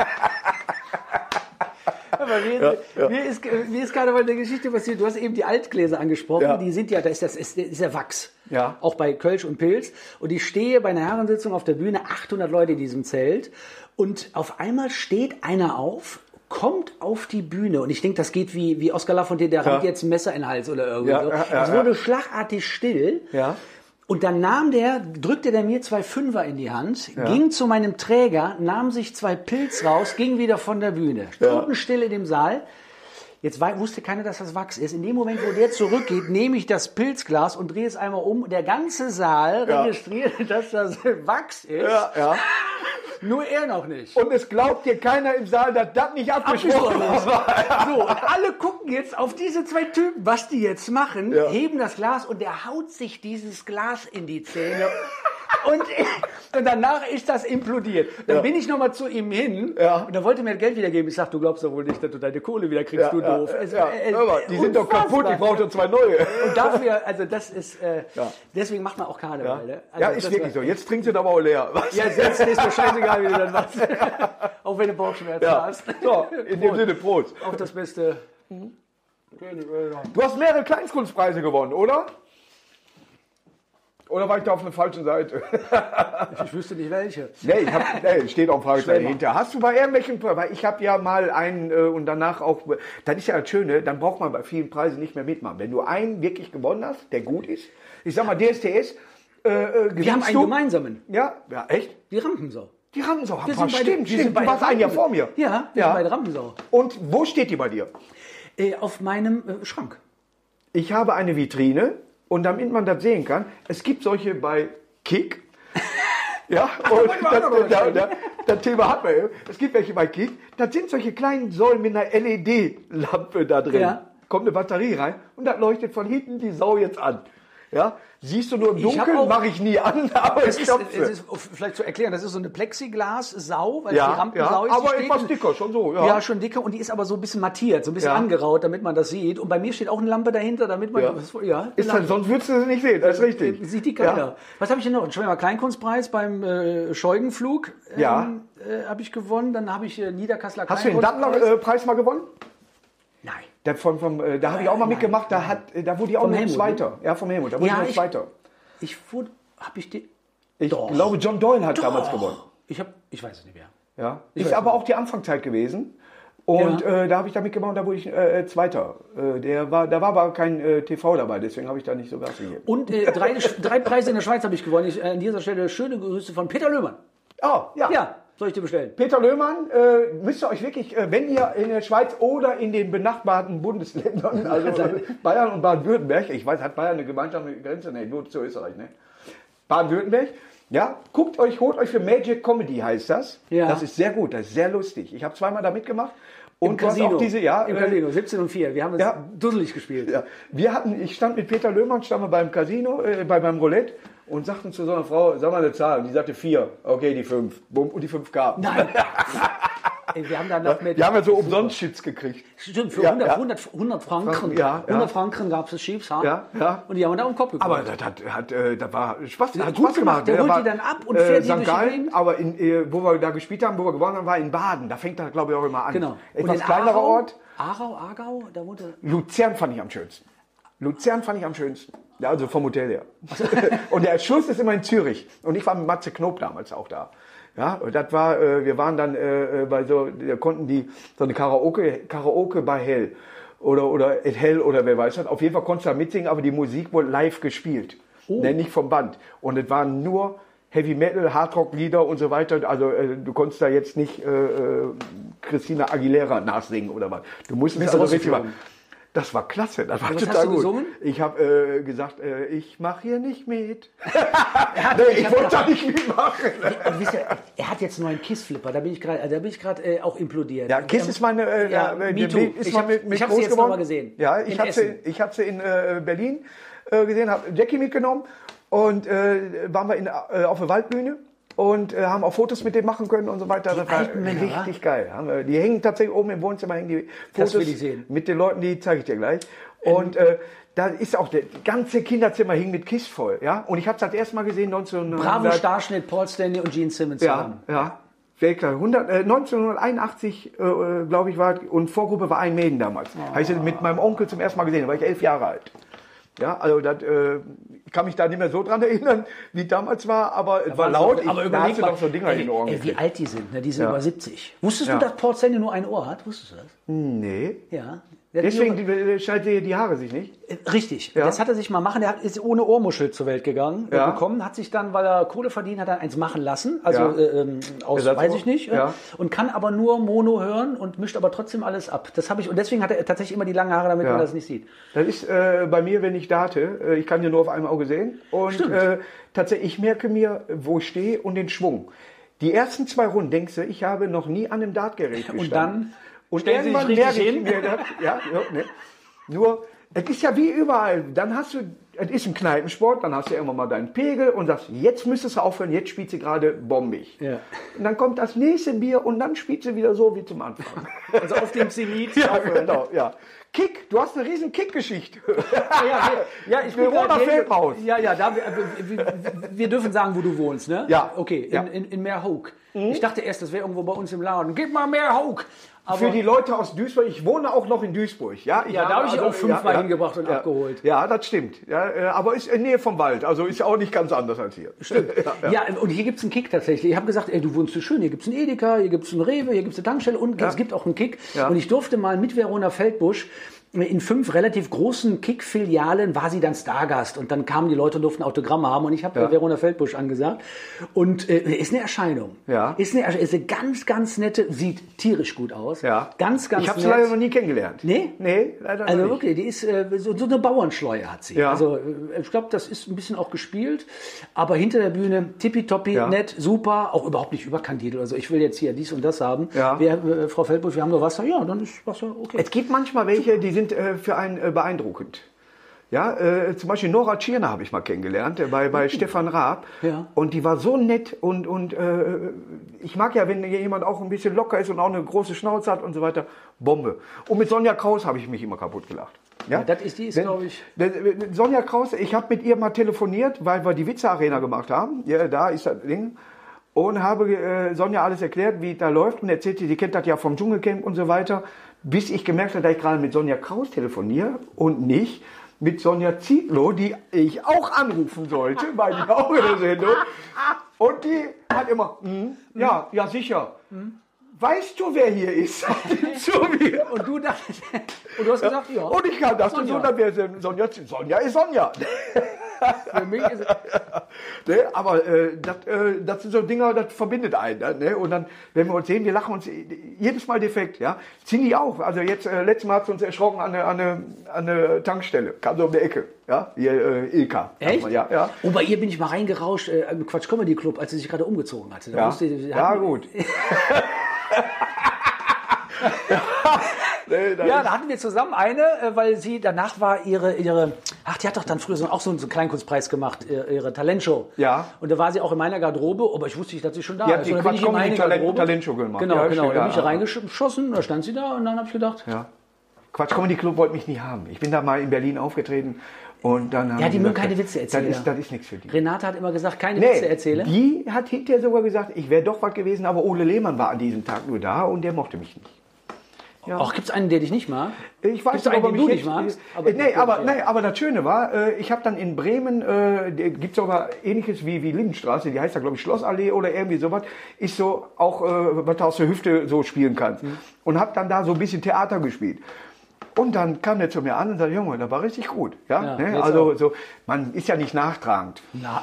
[SPEAKER 3] Aber mir,
[SPEAKER 2] Ja, ja.
[SPEAKER 3] Mir, ist, mir ist gerade mal eine Geschichte passiert. Du hast eben die Altgläser angesprochen.
[SPEAKER 2] Ja.
[SPEAKER 3] Die sind ja, da ist das ist, ist ja Wachs.
[SPEAKER 2] Ja.
[SPEAKER 3] Auch bei Kölsch und Pilz. Und ich stehe bei einer Herrensitzung auf der Bühne, achthundert Leute in diesem Zelt. Und auf einmal steht einer auf, kommt auf die Bühne. Und ich denke, das geht wie, wie Oskar Lafontaine, der
[SPEAKER 2] Ja.
[SPEAKER 3] rammt jetzt ein Messer in den Hals oder irgendwie
[SPEAKER 2] Ja,
[SPEAKER 3] so.
[SPEAKER 2] ja, ja,
[SPEAKER 3] Es wurde
[SPEAKER 2] ja.
[SPEAKER 3] schlagartig still.
[SPEAKER 2] Ja.
[SPEAKER 3] Und dann nahm der, drückte der mir zwei Fünfer in die Hand, ging zu meinem Träger, nahm sich zwei Pilz raus, ging wieder von der Bühne. Stundenstill in dem Saal. Jetzt wei- wusste keiner, dass das Wachs ist. In dem Moment, wo der zurückgeht, nehme ich das Pilzglas und drehe es einmal um. Der ganze Saal
[SPEAKER 2] Ja.
[SPEAKER 3] registriert, dass das Wachs ist.
[SPEAKER 2] Ja, ja.
[SPEAKER 3] Nur er noch nicht.
[SPEAKER 2] Und es glaubt dir keiner im Saal, dass das nicht abgesprochen
[SPEAKER 3] Abgesprochen
[SPEAKER 2] war.
[SPEAKER 3] So, und alle gucken jetzt auf diese zwei Typen, was die jetzt machen,
[SPEAKER 2] Ja.
[SPEAKER 3] heben das Glas und der haut sich dieses Glas in die Zähne. Und, und danach ist das implodiert. Dann
[SPEAKER 2] Ja.
[SPEAKER 3] bin ich nochmal zu ihm hin
[SPEAKER 2] Ja.
[SPEAKER 3] und er wollte mir das Geld wiedergeben. Ich sag, du glaubst doch wohl nicht, dass du deine Kohle wieder kriegst, du doof. Es-
[SPEAKER 2] ja.
[SPEAKER 3] es-
[SPEAKER 2] Hör mal, die sind doch
[SPEAKER 3] unfassbar.
[SPEAKER 2] kaputt, ich brauche doch zwei neue.
[SPEAKER 3] Und dafür, also das ist, äh,
[SPEAKER 2] Ja.
[SPEAKER 3] deswegen macht man auch Karneval.
[SPEAKER 2] Ja,
[SPEAKER 3] Ne? Also
[SPEAKER 2] ja ist
[SPEAKER 3] das
[SPEAKER 2] wirklich
[SPEAKER 3] war-
[SPEAKER 2] so. Jetzt trinkt sie aber auch leer. Was?
[SPEAKER 3] Ja, jetzt ist mir scheißegal, wie du das machst. Auch wenn du Bauchschmerzen
[SPEAKER 2] Ja.
[SPEAKER 3] hast.
[SPEAKER 2] So, in dem Sinne, Prost.
[SPEAKER 3] Auf das Beste.
[SPEAKER 2] Du hast mehrere Kleinkunstpreise gewonnen, oder? Oder war ich da auf der falschen Seite?
[SPEAKER 3] Ich wüsste nicht welche.
[SPEAKER 2] Nee, ich hab, nee, steht auch Fragezeichen
[SPEAKER 3] Schwimmer.
[SPEAKER 2] hinter. Hast du bei irgendwelchen, weil ich habe ja mal einen äh, und danach auch, das ist ja das Schöne, dann braucht man bei vielen Preisen nicht mehr mitmachen. Wenn du einen wirklich gewonnen hast, der gut ist, ich sag mal D S T S, äh, äh,
[SPEAKER 3] Wir haben
[SPEAKER 2] gewinnst
[SPEAKER 3] einen
[SPEAKER 2] du?
[SPEAKER 3] gemeinsamen.
[SPEAKER 2] Ja, ja, echt?
[SPEAKER 3] Die Rampensau.
[SPEAKER 2] Die Rampensau.
[SPEAKER 3] Wir
[SPEAKER 2] Stimmt,
[SPEAKER 3] sind beide-
[SPEAKER 2] stimmt,
[SPEAKER 3] wir sind
[SPEAKER 2] Du
[SPEAKER 3] beide
[SPEAKER 2] warst ein Jahr
[SPEAKER 3] Rampensau.
[SPEAKER 2] vor mir.
[SPEAKER 3] Ja, wir
[SPEAKER 2] Ja.
[SPEAKER 3] sind bei der Rampensau.
[SPEAKER 2] Und wo steht die bei dir?
[SPEAKER 3] Äh, auf meinem äh, Schrank.
[SPEAKER 2] Ich habe eine Vitrine und damit man das sehen kann, es gibt solche bei Kick. Ja, und
[SPEAKER 3] wollte ich auch noch
[SPEAKER 2] das,
[SPEAKER 3] mal
[SPEAKER 2] das,
[SPEAKER 3] stellen.
[SPEAKER 2] das, das Thema hat man ja. Es gibt welche bei Kick. Das sind solche kleinen Säulen mit einer L E D-Lampe da drin.
[SPEAKER 3] Ja.
[SPEAKER 2] Kommt eine Batterie rein und das leuchtet von hinten die Sau jetzt an. Ja, siehst du nur im
[SPEAKER 3] Ich hab
[SPEAKER 2] Dunkeln,
[SPEAKER 3] auch-
[SPEAKER 2] mache ich nie an, aber
[SPEAKER 3] Es
[SPEAKER 2] ich
[SPEAKER 3] ist,
[SPEAKER 2] klopfe.
[SPEAKER 3] es ist, vielleicht zu erklären, das ist so eine Plexiglas-Sau, weil
[SPEAKER 2] Ja,
[SPEAKER 3] die Rampensau
[SPEAKER 2] ja,
[SPEAKER 3] ist.
[SPEAKER 2] aber
[SPEAKER 3] die
[SPEAKER 2] etwas
[SPEAKER 3] steht-
[SPEAKER 2] dicker, schon so, ja.
[SPEAKER 3] Ja, schon dicker und die ist aber so ein bisschen mattiert, so ein bisschen
[SPEAKER 2] Ja.
[SPEAKER 3] angeraut, damit man das sieht. Und bei mir steht auch eine Lampe dahinter, damit man...
[SPEAKER 2] Ja.
[SPEAKER 3] ja
[SPEAKER 2] Ist halt, sonst würdest du sie nicht sehen, das ist richtig.
[SPEAKER 3] Sieht die keiner.
[SPEAKER 2] Ja.
[SPEAKER 3] Was habe ich denn noch? Ein Schwimmer Kleinkunstpreis beim äh, Scheugenflug ähm,
[SPEAKER 2] Ja.
[SPEAKER 3] äh, habe ich gewonnen. Dann habe ich äh, Niederkasseler
[SPEAKER 2] Hast du den
[SPEAKER 3] Kleinkunstpreis.
[SPEAKER 2] Dattler-Preis mal gewonnen?
[SPEAKER 3] Nein.
[SPEAKER 2] Der von, vom, äh, da habe ich auch mal
[SPEAKER 3] Nein,
[SPEAKER 2] mitgemacht, da, hat, äh, da wurde ich auch
[SPEAKER 3] Vom
[SPEAKER 2] nur
[SPEAKER 3] Helmut,
[SPEAKER 2] Zweiter. Ja, vom Helmut, da wurde
[SPEAKER 3] Ja,
[SPEAKER 2] ich nur
[SPEAKER 3] ich-
[SPEAKER 2] Zweiter.
[SPEAKER 3] Ich wurde... Habe ich die...
[SPEAKER 2] Ich
[SPEAKER 3] Doch.
[SPEAKER 2] glaube, John Doyle hat
[SPEAKER 3] Doch.
[SPEAKER 2] damals gewonnen.
[SPEAKER 3] Ich habe... Ich weiß es nicht mehr.
[SPEAKER 2] Ja.
[SPEAKER 3] Ich
[SPEAKER 2] Ist
[SPEAKER 3] weiß
[SPEAKER 2] aber
[SPEAKER 3] nicht.
[SPEAKER 2] auch die Anfangszeit gewesen. Und
[SPEAKER 3] Ja.
[SPEAKER 2] äh, da habe ich da mitgemacht und da wurde ich äh, Zweiter. Äh, der war, da war aber kein äh, T V dabei, deswegen habe ich da nicht so Gas gegeben.
[SPEAKER 3] Und äh, drei, drei Preise in der Schweiz habe ich gewonnen. Ich, äh, an dieser Stelle schöne Grüße von Peter Löhmann.
[SPEAKER 2] Oh, ja.
[SPEAKER 3] Ja, soll ich dir bestellen?
[SPEAKER 2] Peter Löhmann, äh, müsst ihr euch wirklich, äh, wenn ihr in der Schweiz oder in den benachbarten Bundesländern, also äh, Bayern und Baden-Württemberg, ich weiß, hat Bayern eine gemeinsame Grenze? Nee, nur zu Österreich, ne? Baden-Württemberg, ja, guckt euch, holt euch für Magic Comedy heißt das.
[SPEAKER 3] Ja.
[SPEAKER 2] Das ist sehr gut, das ist sehr lustig. Ich habe zweimal da mitgemacht Und
[SPEAKER 3] Im
[SPEAKER 2] du hast
[SPEAKER 3] Casino.
[SPEAKER 2] auch diese, ja,
[SPEAKER 3] Im
[SPEAKER 2] äh,
[SPEAKER 3] Casino, siebzehn und vier. Wir haben es
[SPEAKER 2] Ja.
[SPEAKER 3] dusselig gespielt.
[SPEAKER 2] Ja, wir hatten, ich stand mit Peter Löhmann, standen wir beim Casino, äh, bei meinem Roulette und sagten zu so einer Frau, sag mal eine Zahl. Und die sagte vier. Okay, die fünf. Bumm, und die fünf kam.
[SPEAKER 3] Nein. Ey, wir haben dann noch mit.
[SPEAKER 2] Wir haben ja so umsonst Chips gekriegt.
[SPEAKER 3] Stimmt, für
[SPEAKER 2] Ja,
[SPEAKER 3] hundert,
[SPEAKER 2] ja.
[SPEAKER 3] hundert, hundert Franken.
[SPEAKER 2] Franken, ja, ja.
[SPEAKER 3] hundert Franken gab es Chips, ha?
[SPEAKER 2] Ja, ja.
[SPEAKER 3] Und die haben wir da auf den Kopf bekommen.
[SPEAKER 2] Aber das hat, hat, äh, das war Spaß, hat
[SPEAKER 3] gut
[SPEAKER 2] Spaß
[SPEAKER 3] gemacht.
[SPEAKER 2] gemacht.
[SPEAKER 3] Der
[SPEAKER 2] ne?
[SPEAKER 3] holt
[SPEAKER 2] war,
[SPEAKER 3] die dann ab und fährt die
[SPEAKER 2] Sankt
[SPEAKER 3] durch die
[SPEAKER 2] Gallen,
[SPEAKER 3] Gegend.
[SPEAKER 2] aber in, äh, wo wir da gespielt haben, wo wir gewonnen haben, war in Baden. Da fängt das, glaube ich, auch immer an.
[SPEAKER 3] Genau.
[SPEAKER 2] Etwas
[SPEAKER 3] in
[SPEAKER 2] kleinerer
[SPEAKER 3] Aarau,
[SPEAKER 2] Ort.
[SPEAKER 3] Aarau, Aargau, da wohnte.
[SPEAKER 2] Luzern fand ich am schönsten. Luzern fand ich am schönsten. Ja, also vom Hotel her. Und der Schluss ist immer in Zürich. Und ich war mit Matze Knob damals auch da. Ja, und das war, äh, wir waren dann äh, bei so, da konnten die so eine Karaoke, Karaoke bei Hell oder oder at Hell oder wer weiß was. Auf jeden Fall konntest du da mitsingen, aber die Musik wurde live gespielt,
[SPEAKER 3] Oh.
[SPEAKER 2] ne, nicht vom Band. Und es waren nur Heavy Metal, Hardrock Lieder und so weiter. Also äh, du konntest da jetzt nicht äh, äh, Christina Aguilera nachsingen oder was. Du musstest
[SPEAKER 3] Bist
[SPEAKER 2] also
[SPEAKER 3] du
[SPEAKER 2] richtig
[SPEAKER 3] rausgeflogen?
[SPEAKER 2] machen. Das war klasse, das war
[SPEAKER 3] Was
[SPEAKER 2] total
[SPEAKER 3] hast du
[SPEAKER 2] gut.
[SPEAKER 3] gesungen?
[SPEAKER 2] Ich habe äh, gesagt, äh, ich mache hier nicht mit.
[SPEAKER 3] hat-
[SPEAKER 2] nee,
[SPEAKER 3] ich
[SPEAKER 2] ich
[SPEAKER 3] hab
[SPEAKER 2] wollte
[SPEAKER 3] gedacht-
[SPEAKER 2] da nicht mitmachen.
[SPEAKER 3] Und wisst ihr, er hat jetzt einen neuen Kiss-Flipper, da bin ich gerade, da bin ich gerade äh, auch implodiert.
[SPEAKER 2] Ja, Kiss
[SPEAKER 3] Ähm,
[SPEAKER 2] ist meine, äh,
[SPEAKER 3] ja,
[SPEAKER 2] äh,
[SPEAKER 3] me
[SPEAKER 2] die-
[SPEAKER 3] too.
[SPEAKER 2] ist
[SPEAKER 3] Ich
[SPEAKER 2] mal
[SPEAKER 3] hab-
[SPEAKER 2] mit, mit
[SPEAKER 3] ich hab sie
[SPEAKER 2] groß
[SPEAKER 3] jetzt noch
[SPEAKER 2] geworden.
[SPEAKER 3] mal gesehen.
[SPEAKER 2] Ja,
[SPEAKER 3] In
[SPEAKER 2] ich habe sie,
[SPEAKER 3] Essen.
[SPEAKER 2] ich hab sie in äh, Berlin äh, gesehen, habe Jackie mitgenommen und äh, waren wir in, äh, auf der Waldbühne und äh, haben auch Fotos mit dem machen können und so weiter. Das war
[SPEAKER 3] alten Männer,
[SPEAKER 2] richtig geil. Haben wir- Die hängen tatsächlich oben im Wohnzimmer, hängen die
[SPEAKER 3] Das
[SPEAKER 2] Fotos
[SPEAKER 3] will ich sehen.
[SPEAKER 2] mit den Leuten, die zeige ich dir gleich. Und äh, da ist auch, das ganze Kinderzimmer hing mit Kiss voll. Ja? Und ich habe es das erste Mal gesehen, neunzehnhundert.
[SPEAKER 3] Bravo Starschnitt, Paul Stanley und Gene Simmons
[SPEAKER 2] Ja,
[SPEAKER 3] zusammen.
[SPEAKER 2] ja. Weltklar. hundert, äh, neunzehnhunderteinundachtzig, äh, glaube ich, war, und Vorgruppe war ein Mäden damals.
[SPEAKER 3] Oh.
[SPEAKER 2] Habe ich sie mit meinem Onkel zum ersten Mal gesehen, da war ich elf Jahre alt. Ja, also das, äh, ich kann mich da nicht mehr so dran erinnern, wie damals war, aber es war laut. Ich,
[SPEAKER 3] aber
[SPEAKER 2] da
[SPEAKER 3] überleg
[SPEAKER 2] hast du
[SPEAKER 3] mal,
[SPEAKER 2] doch so Dinger in den Ohren
[SPEAKER 3] ey, wie
[SPEAKER 2] gekriegt.
[SPEAKER 3] alt die sind, ne? Die sind
[SPEAKER 2] Ja.
[SPEAKER 3] über siebzig. Wusstest
[SPEAKER 2] Ja.
[SPEAKER 3] du, dass Paul Stanley nur ein Ohr hat? Wusstest du das?
[SPEAKER 2] Nee.
[SPEAKER 3] Ja. Der hat
[SPEAKER 2] Deswegen
[SPEAKER 3] nur-
[SPEAKER 2] die- schneidet die Haare sich nicht.
[SPEAKER 3] Richtig.
[SPEAKER 2] Ja.
[SPEAKER 3] Das hat er sich mal machen. Er hat- ist ohne Ohrmuschel zur Welt gegangen,
[SPEAKER 2] Ja.
[SPEAKER 3] äh, gekommen, hat sich dann, weil er Kohle verdient hat, er eins machen lassen. Also
[SPEAKER 2] Ja.
[SPEAKER 3] äh, ähm, aus,
[SPEAKER 2] Ersatzohr?
[SPEAKER 3] weiß ich nicht. äh,
[SPEAKER 2] Ja.
[SPEAKER 3] Und kann aber nur Mono hören und mischt aber trotzdem alles ab. Das habe ich. Und deswegen hat er tatsächlich immer die langen Haare, damit
[SPEAKER 2] Ja.
[SPEAKER 3] man das nicht sieht.
[SPEAKER 2] Das ist äh, bei mir, wenn ich date, äh, ich kann ja nur auf einem Auge sehen. Und
[SPEAKER 3] Stimmt.
[SPEAKER 2] äh, tatsächlich, ich merke mir, wo ich stehe und den Schwung. Die ersten zwei Runden denkst du, ich habe noch nie an einem Dartgerät gestanden.
[SPEAKER 3] Und dann
[SPEAKER 2] und
[SPEAKER 3] stellen Sie sich
[SPEAKER 2] irgendwann
[SPEAKER 3] richtig
[SPEAKER 2] merke ich
[SPEAKER 3] hin.
[SPEAKER 2] mir das. Ja, ja, ne. Nur, es ist ja wie überall. Dann hast du, es ist ein Kneipensport, dann hast du irgendwann mal deinen Pegel und sagst, jetzt müsstest du aufhören, jetzt spielt sie gerade bombig.
[SPEAKER 3] Ja.
[SPEAKER 2] Und dann kommt das nächste Bier und dann spielt sie wieder so wie zum Anfang.
[SPEAKER 3] Also auf dem Zenit.
[SPEAKER 2] Ja, genau, ja. Kick, du hast eine riesen Kick-Geschichte.
[SPEAKER 3] Ja, wir, ja, ich bin
[SPEAKER 2] Verona
[SPEAKER 3] gerade-
[SPEAKER 2] Feldmaus.
[SPEAKER 3] Ja, ja, da, wir, wir, wir dürfen sagen, wo du wohnst, ne?
[SPEAKER 2] Ja.
[SPEAKER 3] Okay, in,
[SPEAKER 2] Ja.
[SPEAKER 3] in, in Meerhoek. Ich dachte erst, das wäre irgendwo bei uns im Laden. Gib mal Meerhoek! Aber
[SPEAKER 2] Für die Leute aus Duisburg, ich wohne auch noch in Duisburg. Ja, ich
[SPEAKER 3] Ja, da habe ich auch fünfmal hingebracht und
[SPEAKER 2] ja,
[SPEAKER 3] abgeholt.
[SPEAKER 2] Ja, das stimmt. Ja, äh, aber ist in Nähe vom Wald, also ist auch nicht ganz anders als hier. Stimmt. Ja,
[SPEAKER 3] Ja, und hier gibt es einen Kick tatsächlich. Ich habe gesagt, ey, du wohnst so schön, hier gibt es einen Edeka, hier gibt es einen Rewe, hier gibt es eine Tankstelle und es gibt auch einen Kick.
[SPEAKER 2] Ja.
[SPEAKER 3] Und ich durfte mal mit Verona Feldbusch in fünf relativ großen Kick-Filialen war sie dann Stargast und dann kamen die Leute und durften Autogramme haben und ich habe
[SPEAKER 2] Ja.
[SPEAKER 3] Verona Feldbusch angesagt und äh, ist eine Erscheinung.
[SPEAKER 2] Ja.
[SPEAKER 3] Ist eine, Erscheinung, ist eine ganz, ganz nette, sieht tierisch gut aus.
[SPEAKER 2] Ja.
[SPEAKER 3] Ganz, ganz
[SPEAKER 2] Ich habe sie
[SPEAKER 3] nett.
[SPEAKER 2] leider noch nie kennengelernt.
[SPEAKER 3] Nee?
[SPEAKER 2] Nee, leider noch
[SPEAKER 3] Also
[SPEAKER 2] nicht.
[SPEAKER 3] wirklich, die ist äh, so, so eine Bauernschleue hat sie.
[SPEAKER 2] Ja.
[SPEAKER 3] Also äh, ich glaube, das ist ein bisschen auch gespielt, aber hinter der Bühne tippitoppi,
[SPEAKER 2] Ja.
[SPEAKER 3] nett, super, auch überhaupt nicht überkandiert oder so. Ich will jetzt hier dies und das haben.
[SPEAKER 2] Ja.
[SPEAKER 3] Wir, äh, Frau Feldbusch, wir haben nur Wasser. Ja, dann ist Wasser okay.
[SPEAKER 2] Es gibt manchmal welche, die sind äh, für einen äh, beeindruckend. Ja, äh, zum Beispiel Nora Tschirner habe ich mal kennengelernt, äh, bei, bei Stefan Raab.
[SPEAKER 3] Ja.
[SPEAKER 2] Und die war so nett und, und äh, ich mag ja, wenn jemand auch ein bisschen locker ist und auch eine große Schnauze hat und so weiter, Bombe. Und mit Sonja Kraus habe ich mich immer kaputt gelacht. Ja,
[SPEAKER 3] Ja, das ist- die ist,
[SPEAKER 2] Denn-
[SPEAKER 3] glaub ich-
[SPEAKER 2] denn, äh, Sonja Kraus, ich habe mit ihr mal telefoniert, weil wir die Witze Arena gemacht haben. Ja, da ist das Ding. Und habe äh, Sonja alles erklärt, wie es da läuft und erzählte, sie kennt das ja vom Dschungelcamp und so weiter, bis ich gemerkt habe, dass ich gerade mit Sonja Kraus telefoniere und nicht mit Sonja Zietlow, die ich auch anrufen sollte, bei die auch in der Sendung. Und die hat immer, "Hm, ja, ja sicher. Weißt du, wer hier ist? Sagt die zu mir.
[SPEAKER 3] und du dachtest, und du hast gesagt, ja.
[SPEAKER 2] Und ich dachte so,
[SPEAKER 3] Sonja.
[SPEAKER 2] dann wäre Sonja, Sonja ist Sonja.
[SPEAKER 3] Für mich ist
[SPEAKER 2] Ne, aber äh, das, äh, das sind so Dinger, das verbindet einen. Ne? Und dann, wenn wir uns sehen, wir lachen uns jedes Mal defekt. Ja? Cindy auch. Also jetzt, äh, letztes Mal hat sie uns erschrocken an der an eine, an eine Tankstelle. Kam so um die Ecke. Ja? Hier, äh, Ilka.
[SPEAKER 3] Echt?
[SPEAKER 2] Ja, ja.
[SPEAKER 3] Und bei ihr bin ich mal reingerauscht äh, im Quatsch Comedy Club, als sie sich gerade umgezogen hatte. Da
[SPEAKER 2] Ja,
[SPEAKER 3] musste,
[SPEAKER 2] ja gut. nee, da
[SPEAKER 3] Ja,
[SPEAKER 2] ist-
[SPEAKER 3] da hatten wir zusammen eine, äh, weil sie, danach war ihre, ihre, ach, die hat doch dann früher so, auch so einen, so einen Kleinkunstpreis gemacht, ihre, ihre Talentshow.
[SPEAKER 2] Ja.
[SPEAKER 3] Und da war sie auch in meiner Garderobe, aber ich wusste nicht, dass sie schon da
[SPEAKER 2] Die hat
[SPEAKER 3] ist.
[SPEAKER 2] die
[SPEAKER 3] Und dann bin ich in
[SPEAKER 2] Quatsch
[SPEAKER 3] meine
[SPEAKER 2] Comedy Talent-
[SPEAKER 3] Garderobe.
[SPEAKER 2] Talentshow gemacht.
[SPEAKER 3] Genau,
[SPEAKER 2] Ja,
[SPEAKER 3] genau.
[SPEAKER 2] stimmt,
[SPEAKER 3] Da bin ich
[SPEAKER 2] ja.
[SPEAKER 3] reingeschossen, da stand sie da und dann habe ich gedacht, ja,
[SPEAKER 2] Ja. Quatsch Comedy Club wollte mich nie haben. Ich bin da mal in Berlin aufgetreten und dann haben
[SPEAKER 3] Ja, die mögen
[SPEAKER 2] gesagt,
[SPEAKER 3] keine Witze erzählen.
[SPEAKER 2] Das ist, das ist nichts für die.
[SPEAKER 3] Renate hat immer gesagt, keine Witze erzähle.
[SPEAKER 2] die hat hinterher sogar gesagt, ich wäre doch was gewesen, aber Ole Lehmann war an diesem Tag nur da und der mochte mich nicht. Ja.
[SPEAKER 3] Auch gibt es einen, der dich nicht mag?
[SPEAKER 2] Ich weiß
[SPEAKER 3] Gibt's einen,
[SPEAKER 2] ob er
[SPEAKER 3] den
[SPEAKER 2] mich
[SPEAKER 3] du
[SPEAKER 2] jetzt-
[SPEAKER 3] nicht magst?
[SPEAKER 2] Aber, nee,
[SPEAKER 3] Ja.
[SPEAKER 2] aber, nee, aber das Schöne war, äh, ich habe dann in Bremen, äh, gibt es sogar ähnliches wie, wie Lindenstraße, die heißt da glaube ich Schlossallee oder irgendwie sowas, ist so auch, äh, was du aus der Hüfte so spielen kannst.
[SPEAKER 3] Mhm.
[SPEAKER 2] Und habe dann da so ein bisschen Theater gespielt. Und dann kam der zu mir an und sagte, Junge, das war richtig gut. Ja,
[SPEAKER 3] Ja,
[SPEAKER 2] ne?
[SPEAKER 3] jetzt
[SPEAKER 2] Also
[SPEAKER 3] auch.
[SPEAKER 2] so, man ist ja nicht nachtragend.
[SPEAKER 3] Na,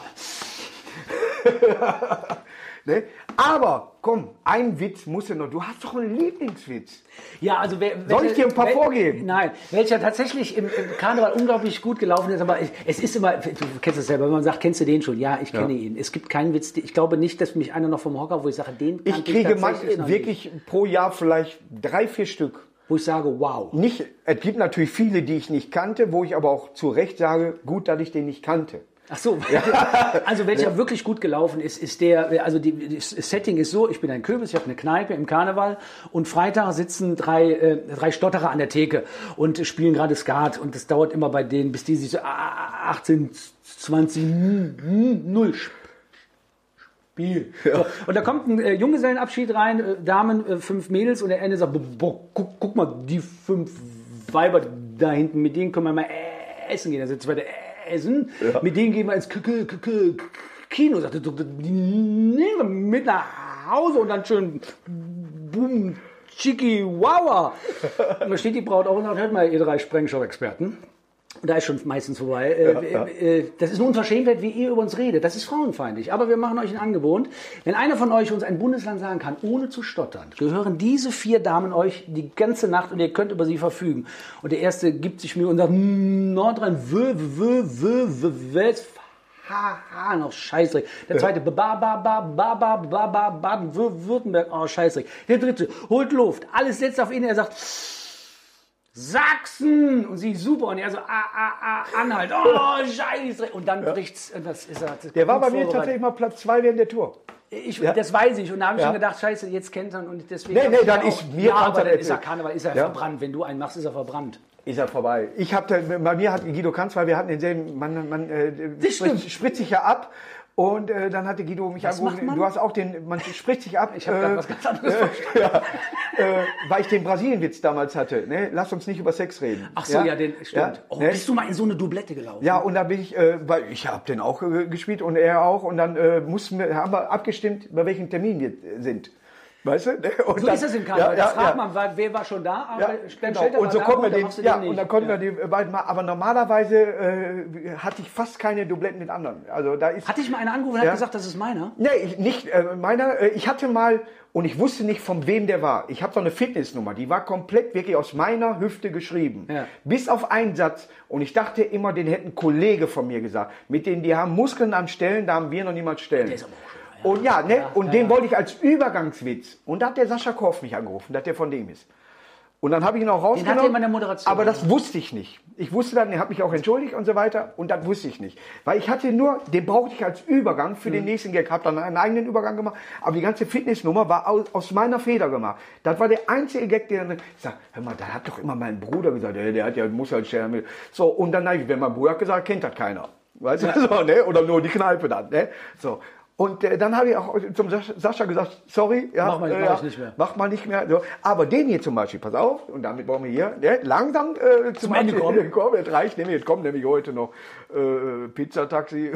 [SPEAKER 2] Ne? Aber komm, ein Witz muss ja noch. Du hast doch einen Lieblingswitz.
[SPEAKER 3] ja, also wer,
[SPEAKER 2] Soll ich dir ein paar
[SPEAKER 3] wel-
[SPEAKER 2] vorgeben?
[SPEAKER 3] Nein, welcher tatsächlich im, im Karneval unglaublich gut gelaufen ist, aber es ist immer, du kennst es selber, wenn man sagt, kennst du den schon? Ja, ich kenne ihn. Es gibt keinen Witz, ich glaube nicht, dass mich einer noch vom Hocker, wo ich sage, den kannte
[SPEAKER 2] Ich kriege
[SPEAKER 3] tatsächlich
[SPEAKER 2] meistens
[SPEAKER 3] noch
[SPEAKER 2] wirklich pro Jahr vielleicht drei, vier Stück.
[SPEAKER 3] nicht. Wo ich sage, wow.
[SPEAKER 2] Nicht, es gibt natürlich viele, die ich nicht kannte, wo ich aber auch zu Recht sage, gut, dass ich den nicht kannte.
[SPEAKER 3] Ach so, also welcher wirklich gut gelaufen ist, ist der, also die, das Setting ist so, ich bin ein Kürbis, ich habe eine Kneipe im Karneval und Freitag sitzen drei, äh, drei Stotterer an der Theke und spielen gerade Skat und das dauert immer bei denen, bis die sich so ah, achtzehn, zwanzig, null Spiel. So, und da kommt ein äh, Junggesellenabschied rein, äh, Damen, äh, fünf Mädels und der eine sagt, boah, guck, guck mal, die fünf Weiber da hinten, mit denen können wir mal äh, essen gehen. Da sitzen wir da essen, mit denen gehen wir ins K -K -K -K Kino. Sagte, die nehmen wir mit nach Hause und dann schön boom, chiki, wawa. Und da steht die Braut auch und sagt, hört mal, ihr drei Sprengstoff-Experten. Und da ist schon meistens vorbei. Äh,
[SPEAKER 2] ja.
[SPEAKER 3] äh, Das ist eine Unverschämtheit, wie ihr über uns redet. Das ist frauenfeindlich. Aber wir machen euch ein Angebot. Wenn einer von euch uns ein Bundesland sagen kann, ohne zu stottern, gehören diese vier Damen euch die ganze Nacht und ihr könnt über sie verfügen. Und der Erste gibt sich Mühe und sagt, "Mm, Nordrhein, wö, wö, wö, wö, West, ha, ha, noch Scheißdreck. Der Zweite, ba, ba, ba, ba, ba, ba, ba, Baden-Württemberg, oh, Scheißdreck. Der Dritte, holt Luft. Alles setzt auf ihn, er sagt, Sachsen! Und sie, super. Und er so, ah, ah, ah, Anhalt. Oh, Scheiße. Und dann bricht's. Und das ist er. Das
[SPEAKER 2] Der war
[SPEAKER 3] gut
[SPEAKER 2] bei mir
[SPEAKER 3] vorbereitet.
[SPEAKER 2] tatsächlich mal Platz zwei während der Tour.
[SPEAKER 3] Ich, Das weiß ich. Und da habe ich
[SPEAKER 2] Ja.
[SPEAKER 3] schon gedacht, Scheiße, jetzt kennt er. Und deswegen.
[SPEAKER 2] Nee,
[SPEAKER 3] hab
[SPEAKER 2] nee,
[SPEAKER 3] ich
[SPEAKER 2] dann
[SPEAKER 3] auch-
[SPEAKER 2] ist mir
[SPEAKER 3] Ja,
[SPEAKER 2] kannst
[SPEAKER 3] aber
[SPEAKER 2] du
[SPEAKER 3] dann ist er
[SPEAKER 2] erzählen.
[SPEAKER 3] Karneval, ist er
[SPEAKER 2] Ja.
[SPEAKER 3] verbrannt. Wenn du einen machst, ist er verbrannt.
[SPEAKER 2] Ist er vorbei. Ich habe bei mir hat Guido Kanz, weil wir hatten denselben, man, man äh,
[SPEAKER 3] Das stimmt.
[SPEAKER 2] spritzt, spritzt sich ja ab. Und äh, dann hatte Guido mich
[SPEAKER 3] Was
[SPEAKER 2] angerufen.
[SPEAKER 3] macht man?
[SPEAKER 2] Du hast auch den, man spritzt sich ab.
[SPEAKER 3] Ich habe gerade was ganz anderes verstanden.
[SPEAKER 2] ja, äh, weil ich den Brasilienwitz damals hatte. Ne? Lass uns nicht über Sex reden.
[SPEAKER 3] Ach so, ja, den stimmt. Oh,
[SPEAKER 2] ne?
[SPEAKER 3] bist du mal in so eine Doublette gelaufen?
[SPEAKER 2] Ja, und da bin ich, äh, weil ich habe den auch äh, gespielt und er auch. Und dann äh, mussten wir, haben wir abgestimmt, bei welchem Termin wir äh, sind. Weißt du? Und
[SPEAKER 3] So
[SPEAKER 2] dann,
[SPEAKER 3] ist das im Karneval.
[SPEAKER 2] Ja,
[SPEAKER 3] da
[SPEAKER 2] ja,
[SPEAKER 3] fragt
[SPEAKER 2] ja.
[SPEAKER 3] man, wer- wer war schon da? Aber
[SPEAKER 2] Ja,
[SPEAKER 3] dann
[SPEAKER 2] genau.
[SPEAKER 3] stellt er
[SPEAKER 2] Und
[SPEAKER 3] mal
[SPEAKER 2] so
[SPEAKER 3] da,
[SPEAKER 2] konnten
[SPEAKER 3] gut,
[SPEAKER 2] wir
[SPEAKER 3] dann
[SPEAKER 2] den,
[SPEAKER 3] machst du
[SPEAKER 2] ja,
[SPEAKER 3] den
[SPEAKER 2] und dann
[SPEAKER 3] nicht.
[SPEAKER 2] konnten
[SPEAKER 3] Ja.
[SPEAKER 2] wir die beiden mal, aber normalerweise äh, hatte ich fast keine Dubletten mit anderen. Also da ist,
[SPEAKER 3] Hatte ich mal einen angerufen und
[SPEAKER 2] Ja.
[SPEAKER 3] hat gesagt, das ist meiner?
[SPEAKER 2] nee, ich, nicht äh, meiner, äh, ich hatte mal, und ich wusste nicht, von wem der war. Ich habe so eine Fitnessnummer, die war komplett wirklich aus meiner Hüfte geschrieben.
[SPEAKER 3] Ja.
[SPEAKER 2] Bis auf einen Satz. Und ich dachte immer, den hätte ein Kollege von mir gesagt. Mit denen, die haben Muskeln am Stellen, da haben wir noch niemals Stellen.
[SPEAKER 3] Der ist aber auch schon,
[SPEAKER 2] Und ja, ne?
[SPEAKER 3] Ja,
[SPEAKER 2] und
[SPEAKER 3] ja,
[SPEAKER 2] den
[SPEAKER 3] ja.
[SPEAKER 2] wollte ich als Übergangswitz. Und da hat der Sascha Korf mich angerufen, dass der von dem ist. Und dann habe ich ihn auch rausgenommen.
[SPEAKER 3] hat er immer in der Moderation.
[SPEAKER 2] Aber das wusste ich nicht. Ich wusste dann, er hat mich auch entschuldigt und so weiter. Und das wusste ich nicht. Weil ich hatte nur, den brauchte ich als Übergang für
[SPEAKER 3] Mhm.
[SPEAKER 2] den nächsten Gag. Habe dann einen eigenen Übergang gemacht. Aber die ganze Fitnessnummer war aus, aus meiner Feder gemacht. Das war der einzige Gag, der dann, ich sag, hör mal, da hat doch immer mein Bruder gesagt, der, der hat ja Muskelsterne. So, und dann, wenn mein Bruder hat gesagt, kennt das keiner. Weißt du, so, ne? Oder nur die Kneipe dann, ne? So. Und äh, dann habe ich auch zum Sas- Sascha gesagt, sorry, ja,
[SPEAKER 3] Mach mal-
[SPEAKER 2] äh,
[SPEAKER 3] mach
[SPEAKER 2] ja,
[SPEAKER 3] ich nicht mehr.
[SPEAKER 2] Macht man nicht mehr. So. Aber den hier zum Beispiel, pass auf, und damit wollen wir hier ne, langsam äh, zum,
[SPEAKER 3] Ende
[SPEAKER 2] Abschied-
[SPEAKER 3] kommen.
[SPEAKER 2] kommen. Jetzt reicht nämlich, jetzt kommt nämlich heute noch äh, Pizzataxi.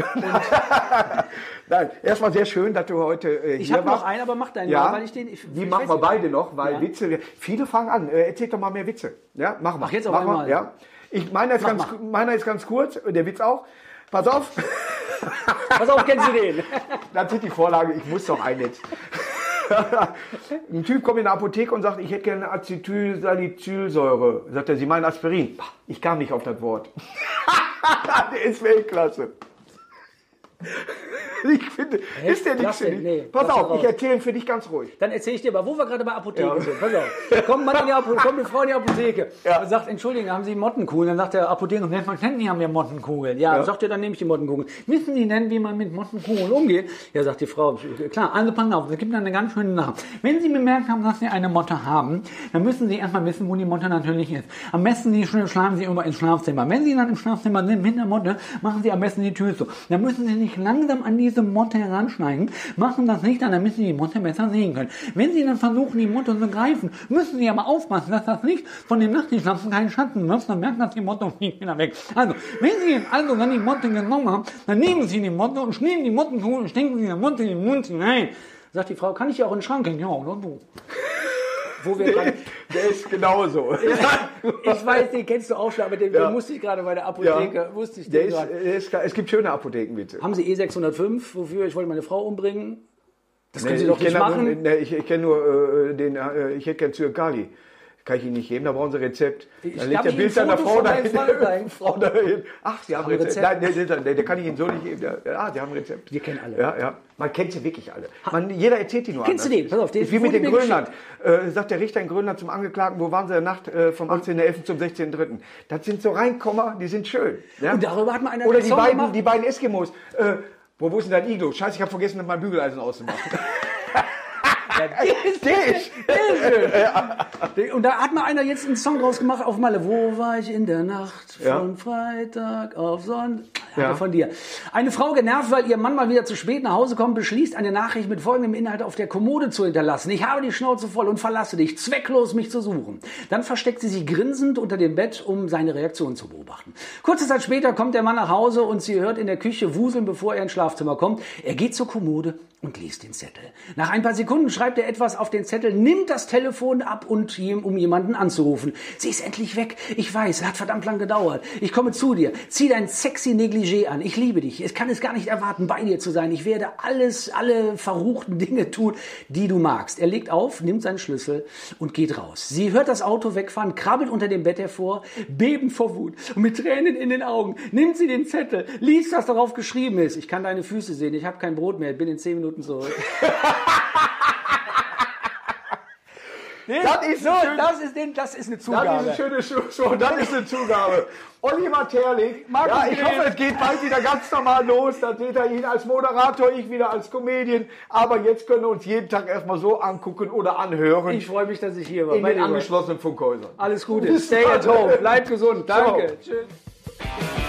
[SPEAKER 2] Nein, erstmal sehr schön, dass du heute äh,
[SPEAKER 3] Ich
[SPEAKER 2] hier
[SPEAKER 3] habe noch
[SPEAKER 2] warst.
[SPEAKER 3] einen, aber mach deinen
[SPEAKER 2] Ja,
[SPEAKER 3] mal, weil ich den. Ich,
[SPEAKER 2] die
[SPEAKER 3] ich
[SPEAKER 2] machen
[SPEAKER 3] weiß
[SPEAKER 2] wir
[SPEAKER 3] nicht.
[SPEAKER 2] beide noch, weil
[SPEAKER 3] Ja.
[SPEAKER 2] Witze, viele fangen an. Äh, erzähl doch mal mehr Witze. Ja, machen wir.
[SPEAKER 3] Ach, jetzt auf
[SPEAKER 2] Mach mal,
[SPEAKER 3] einmal.
[SPEAKER 2] ja. Ich, meiner, ist
[SPEAKER 3] Mach
[SPEAKER 2] ganz,
[SPEAKER 3] mal.
[SPEAKER 2] meiner ist ganz kurz, der Witz auch. Pass auf.
[SPEAKER 3] Pass auf, kennst du den?
[SPEAKER 2] Das ist die Vorlage, ich muss doch einen jetzt. Ein Typ kommt in eine Apotheke und sagt, ich hätte gerne Acetylsalicylsäure. Sagt er, Sie meinen Aspirin? Pah, ich kam nicht auf das Wort. Der ist Weltklasse. Ich finde, ist der nichts für dich?
[SPEAKER 3] Nee,
[SPEAKER 2] Pass auf, ich erzähle ihn für dich ganz ruhig.
[SPEAKER 3] Dann erzähle ich dir mal, wo wir gerade bei Apotheke
[SPEAKER 2] Ja.
[SPEAKER 3] sind. Pass auf. Kommt, ein Mann in die Apotheke, kommt eine Frau in die Apotheke
[SPEAKER 2] Ja.
[SPEAKER 3] und sagt, Entschuldigung, haben Sie Mottenkugeln? Dann sagt der Apotheker, selbstverständlich haben wir Mottenkugeln. Ja,
[SPEAKER 2] Ja.
[SPEAKER 3] sagt er, dann nehme ich die Mottenkugeln. Wissen Sie denn, wie man mit Mottenkugeln umgeht? Ja, sagt die Frau, klar, also passen auf, es gibt eine ganz schöne Sache. Wenn Sie bemerkt haben, dass Sie eine Motte haben, dann müssen Sie erstmal wissen, wo die Motte natürlich ist. Am besten Sie schlafen Sie immer ins Schlafzimmer. Wenn Sie dann im Schlafzimmer sind mit der Motte, machen Sie am besten die Tür zu. Dann müssen Sie sich langsam an diese Motte heranschleichen, machen das nicht an, damit Sie die Motte besser sehen können. Wenn Sie dann versuchen, die Motte zu greifen, müssen Sie aber aufpassen, dass das Licht von den Nachttischlampen keinen Schatten wirft, dann merken, dass die Motte fliegt wieder weg. Also, wenn Sie jetzt also dann die Motte genommen haben, dann nehmen Sie die Motte und schneiden die Mottenkugel und stecken Sie der Motte in den Mund hinein. Sagt die Frau, kann ich ja auch in den Schrank gehen? Ja, oder du. Wo wir
[SPEAKER 2] Der, der ist genauso.
[SPEAKER 3] Ja, ich weiß, den kennst du auch schon, aber den,
[SPEAKER 2] Ja.
[SPEAKER 3] den musste ich gerade bei der Apotheke,
[SPEAKER 2] Ja.
[SPEAKER 3] wusste ich
[SPEAKER 2] Der
[SPEAKER 3] den
[SPEAKER 2] ist,
[SPEAKER 3] gerade.
[SPEAKER 2] der ist, es gibt schöne Apothekenwitze.
[SPEAKER 3] Haben Sie E sechshundertfünf, wofür ich wollte meine Frau umbringen? Das können
[SPEAKER 2] Nee,
[SPEAKER 3] Sie doch
[SPEAKER 2] ich
[SPEAKER 3] nicht
[SPEAKER 2] kenn da
[SPEAKER 3] machen.
[SPEAKER 2] Nur, nee, ich ich kenne nur äh, den, äh, ich hätte gern Zyankali. Kann ich Ihnen nicht geben, da brauchen Sie Rezept.
[SPEAKER 3] Ich-
[SPEAKER 2] Dann
[SPEAKER 3] darf
[SPEAKER 2] legt der
[SPEAKER 3] ich
[SPEAKER 2] Bild
[SPEAKER 3] Ihnen ein
[SPEAKER 2] seiner
[SPEAKER 3] Foto
[SPEAKER 2] Frau
[SPEAKER 3] von
[SPEAKER 2] dahin.
[SPEAKER 3] meinem Fall zeigen?
[SPEAKER 2] Frau dahin. Ach, Sie haben
[SPEAKER 3] Haben wir
[SPEAKER 2] Rezept.
[SPEAKER 3] Rezept?
[SPEAKER 2] Nein, der, der, der kann ich Ihnen so nicht geben. Der, ja, Sie haben Rezept.
[SPEAKER 3] Wir kennen alle.
[SPEAKER 2] Ja, ja. Man kennt sie wirklich alle. Man, jeder erzählt die nur
[SPEAKER 3] Kennst du
[SPEAKER 2] anders.
[SPEAKER 3] den? Pass auf, den
[SPEAKER 2] Ist wie mit
[SPEAKER 3] wurde
[SPEAKER 2] den
[SPEAKER 3] mir
[SPEAKER 2] Grönland. Äh, sagt der Richter in Grönland zum Angeklagten, wo waren Sie in der Nacht äh, vom achtzehnten elften zum sechzehnten dritten Das sind so Reinkommer, die sind schön. Ja?
[SPEAKER 3] Und darüber hat man einen
[SPEAKER 2] Oder die
[SPEAKER 3] Song
[SPEAKER 2] beiden,
[SPEAKER 3] gemacht.
[SPEAKER 2] die beiden Eskimos. Äh, wo, wo ist denn dein Iglo? Scheiße, ich habe vergessen, mein Bügeleisen auszumachen.
[SPEAKER 3] Der ist, der ist, der ist schön. Und da hat mal einer jetzt einen Song draus gemacht auf Malle. Wo war ich in der Nacht von
[SPEAKER 2] Ja.
[SPEAKER 3] Freitag auf Sonntag?
[SPEAKER 2] Ja.
[SPEAKER 3] Von dir. Eine Frau, genervt, weil ihr Mann mal wieder zu spät nach Hause kommt, beschließt, eine Nachricht mit folgendem Inhalt auf der Kommode zu hinterlassen. Ich habe die Schnauze voll und verlasse dich, zwecklos mich zu suchen. Dann versteckt sie sich grinsend unter dem Bett, um seine Reaktion zu beobachten. Kurze Zeit später kommt der Mann nach Hause und sie hört in der Küche wuseln, bevor er ins Schlafzimmer kommt. Er geht zur Kommode und liest den Zettel. Nach ein paar Sekunden schreibt er etwas auf den Zettel, nimmt das Telefon ab, und um jemanden anzurufen. Sie ist endlich weg. Ich weiß, hat verdammt lang gedauert. Ich komme zu dir. Zieh dein sexy Negligé an. Ich liebe dich. Ich kann es gar nicht erwarten, bei dir zu sein. Ich werde alles, alle verruchten Dinge tun, die du magst. Er legt auf, nimmt seinen Schlüssel und geht raus. Sie hört das Auto wegfahren, krabbelt unter dem Bett hervor, bebend vor Wut und mit Tränen in den Augen nimmt sie den Zettel, liest, was darauf geschrieben ist. Ich kann deine Füße sehen. Ich habe kein Brot mehr. Ich bin in zehn Minuten zurück.
[SPEAKER 2] Das ist
[SPEAKER 3] so,
[SPEAKER 2] schön.
[SPEAKER 3] das ist, den, das ist eine Zugabe.
[SPEAKER 2] Das ist eine schöne Show, das ist eine Zugabe. Oliver Terling,
[SPEAKER 3] Markus
[SPEAKER 2] ja, ich
[SPEAKER 3] Grill.
[SPEAKER 2] hoffe, es geht bald wieder ganz normal los. Dann seht ihr ihn als Moderator, ich wieder als Comedian. Aber jetzt können wir uns jeden Tag erstmal so angucken oder anhören
[SPEAKER 3] Ich freue mich, dass ich hier war.
[SPEAKER 2] in
[SPEAKER 3] Mein
[SPEAKER 2] den
[SPEAKER 3] Lieber.
[SPEAKER 2] angeschlossenen Funkhäusern.
[SPEAKER 3] Alles Gute. Stay at home. Bleib gesund. Danke.
[SPEAKER 2] Ciao.
[SPEAKER 3] Tschüss.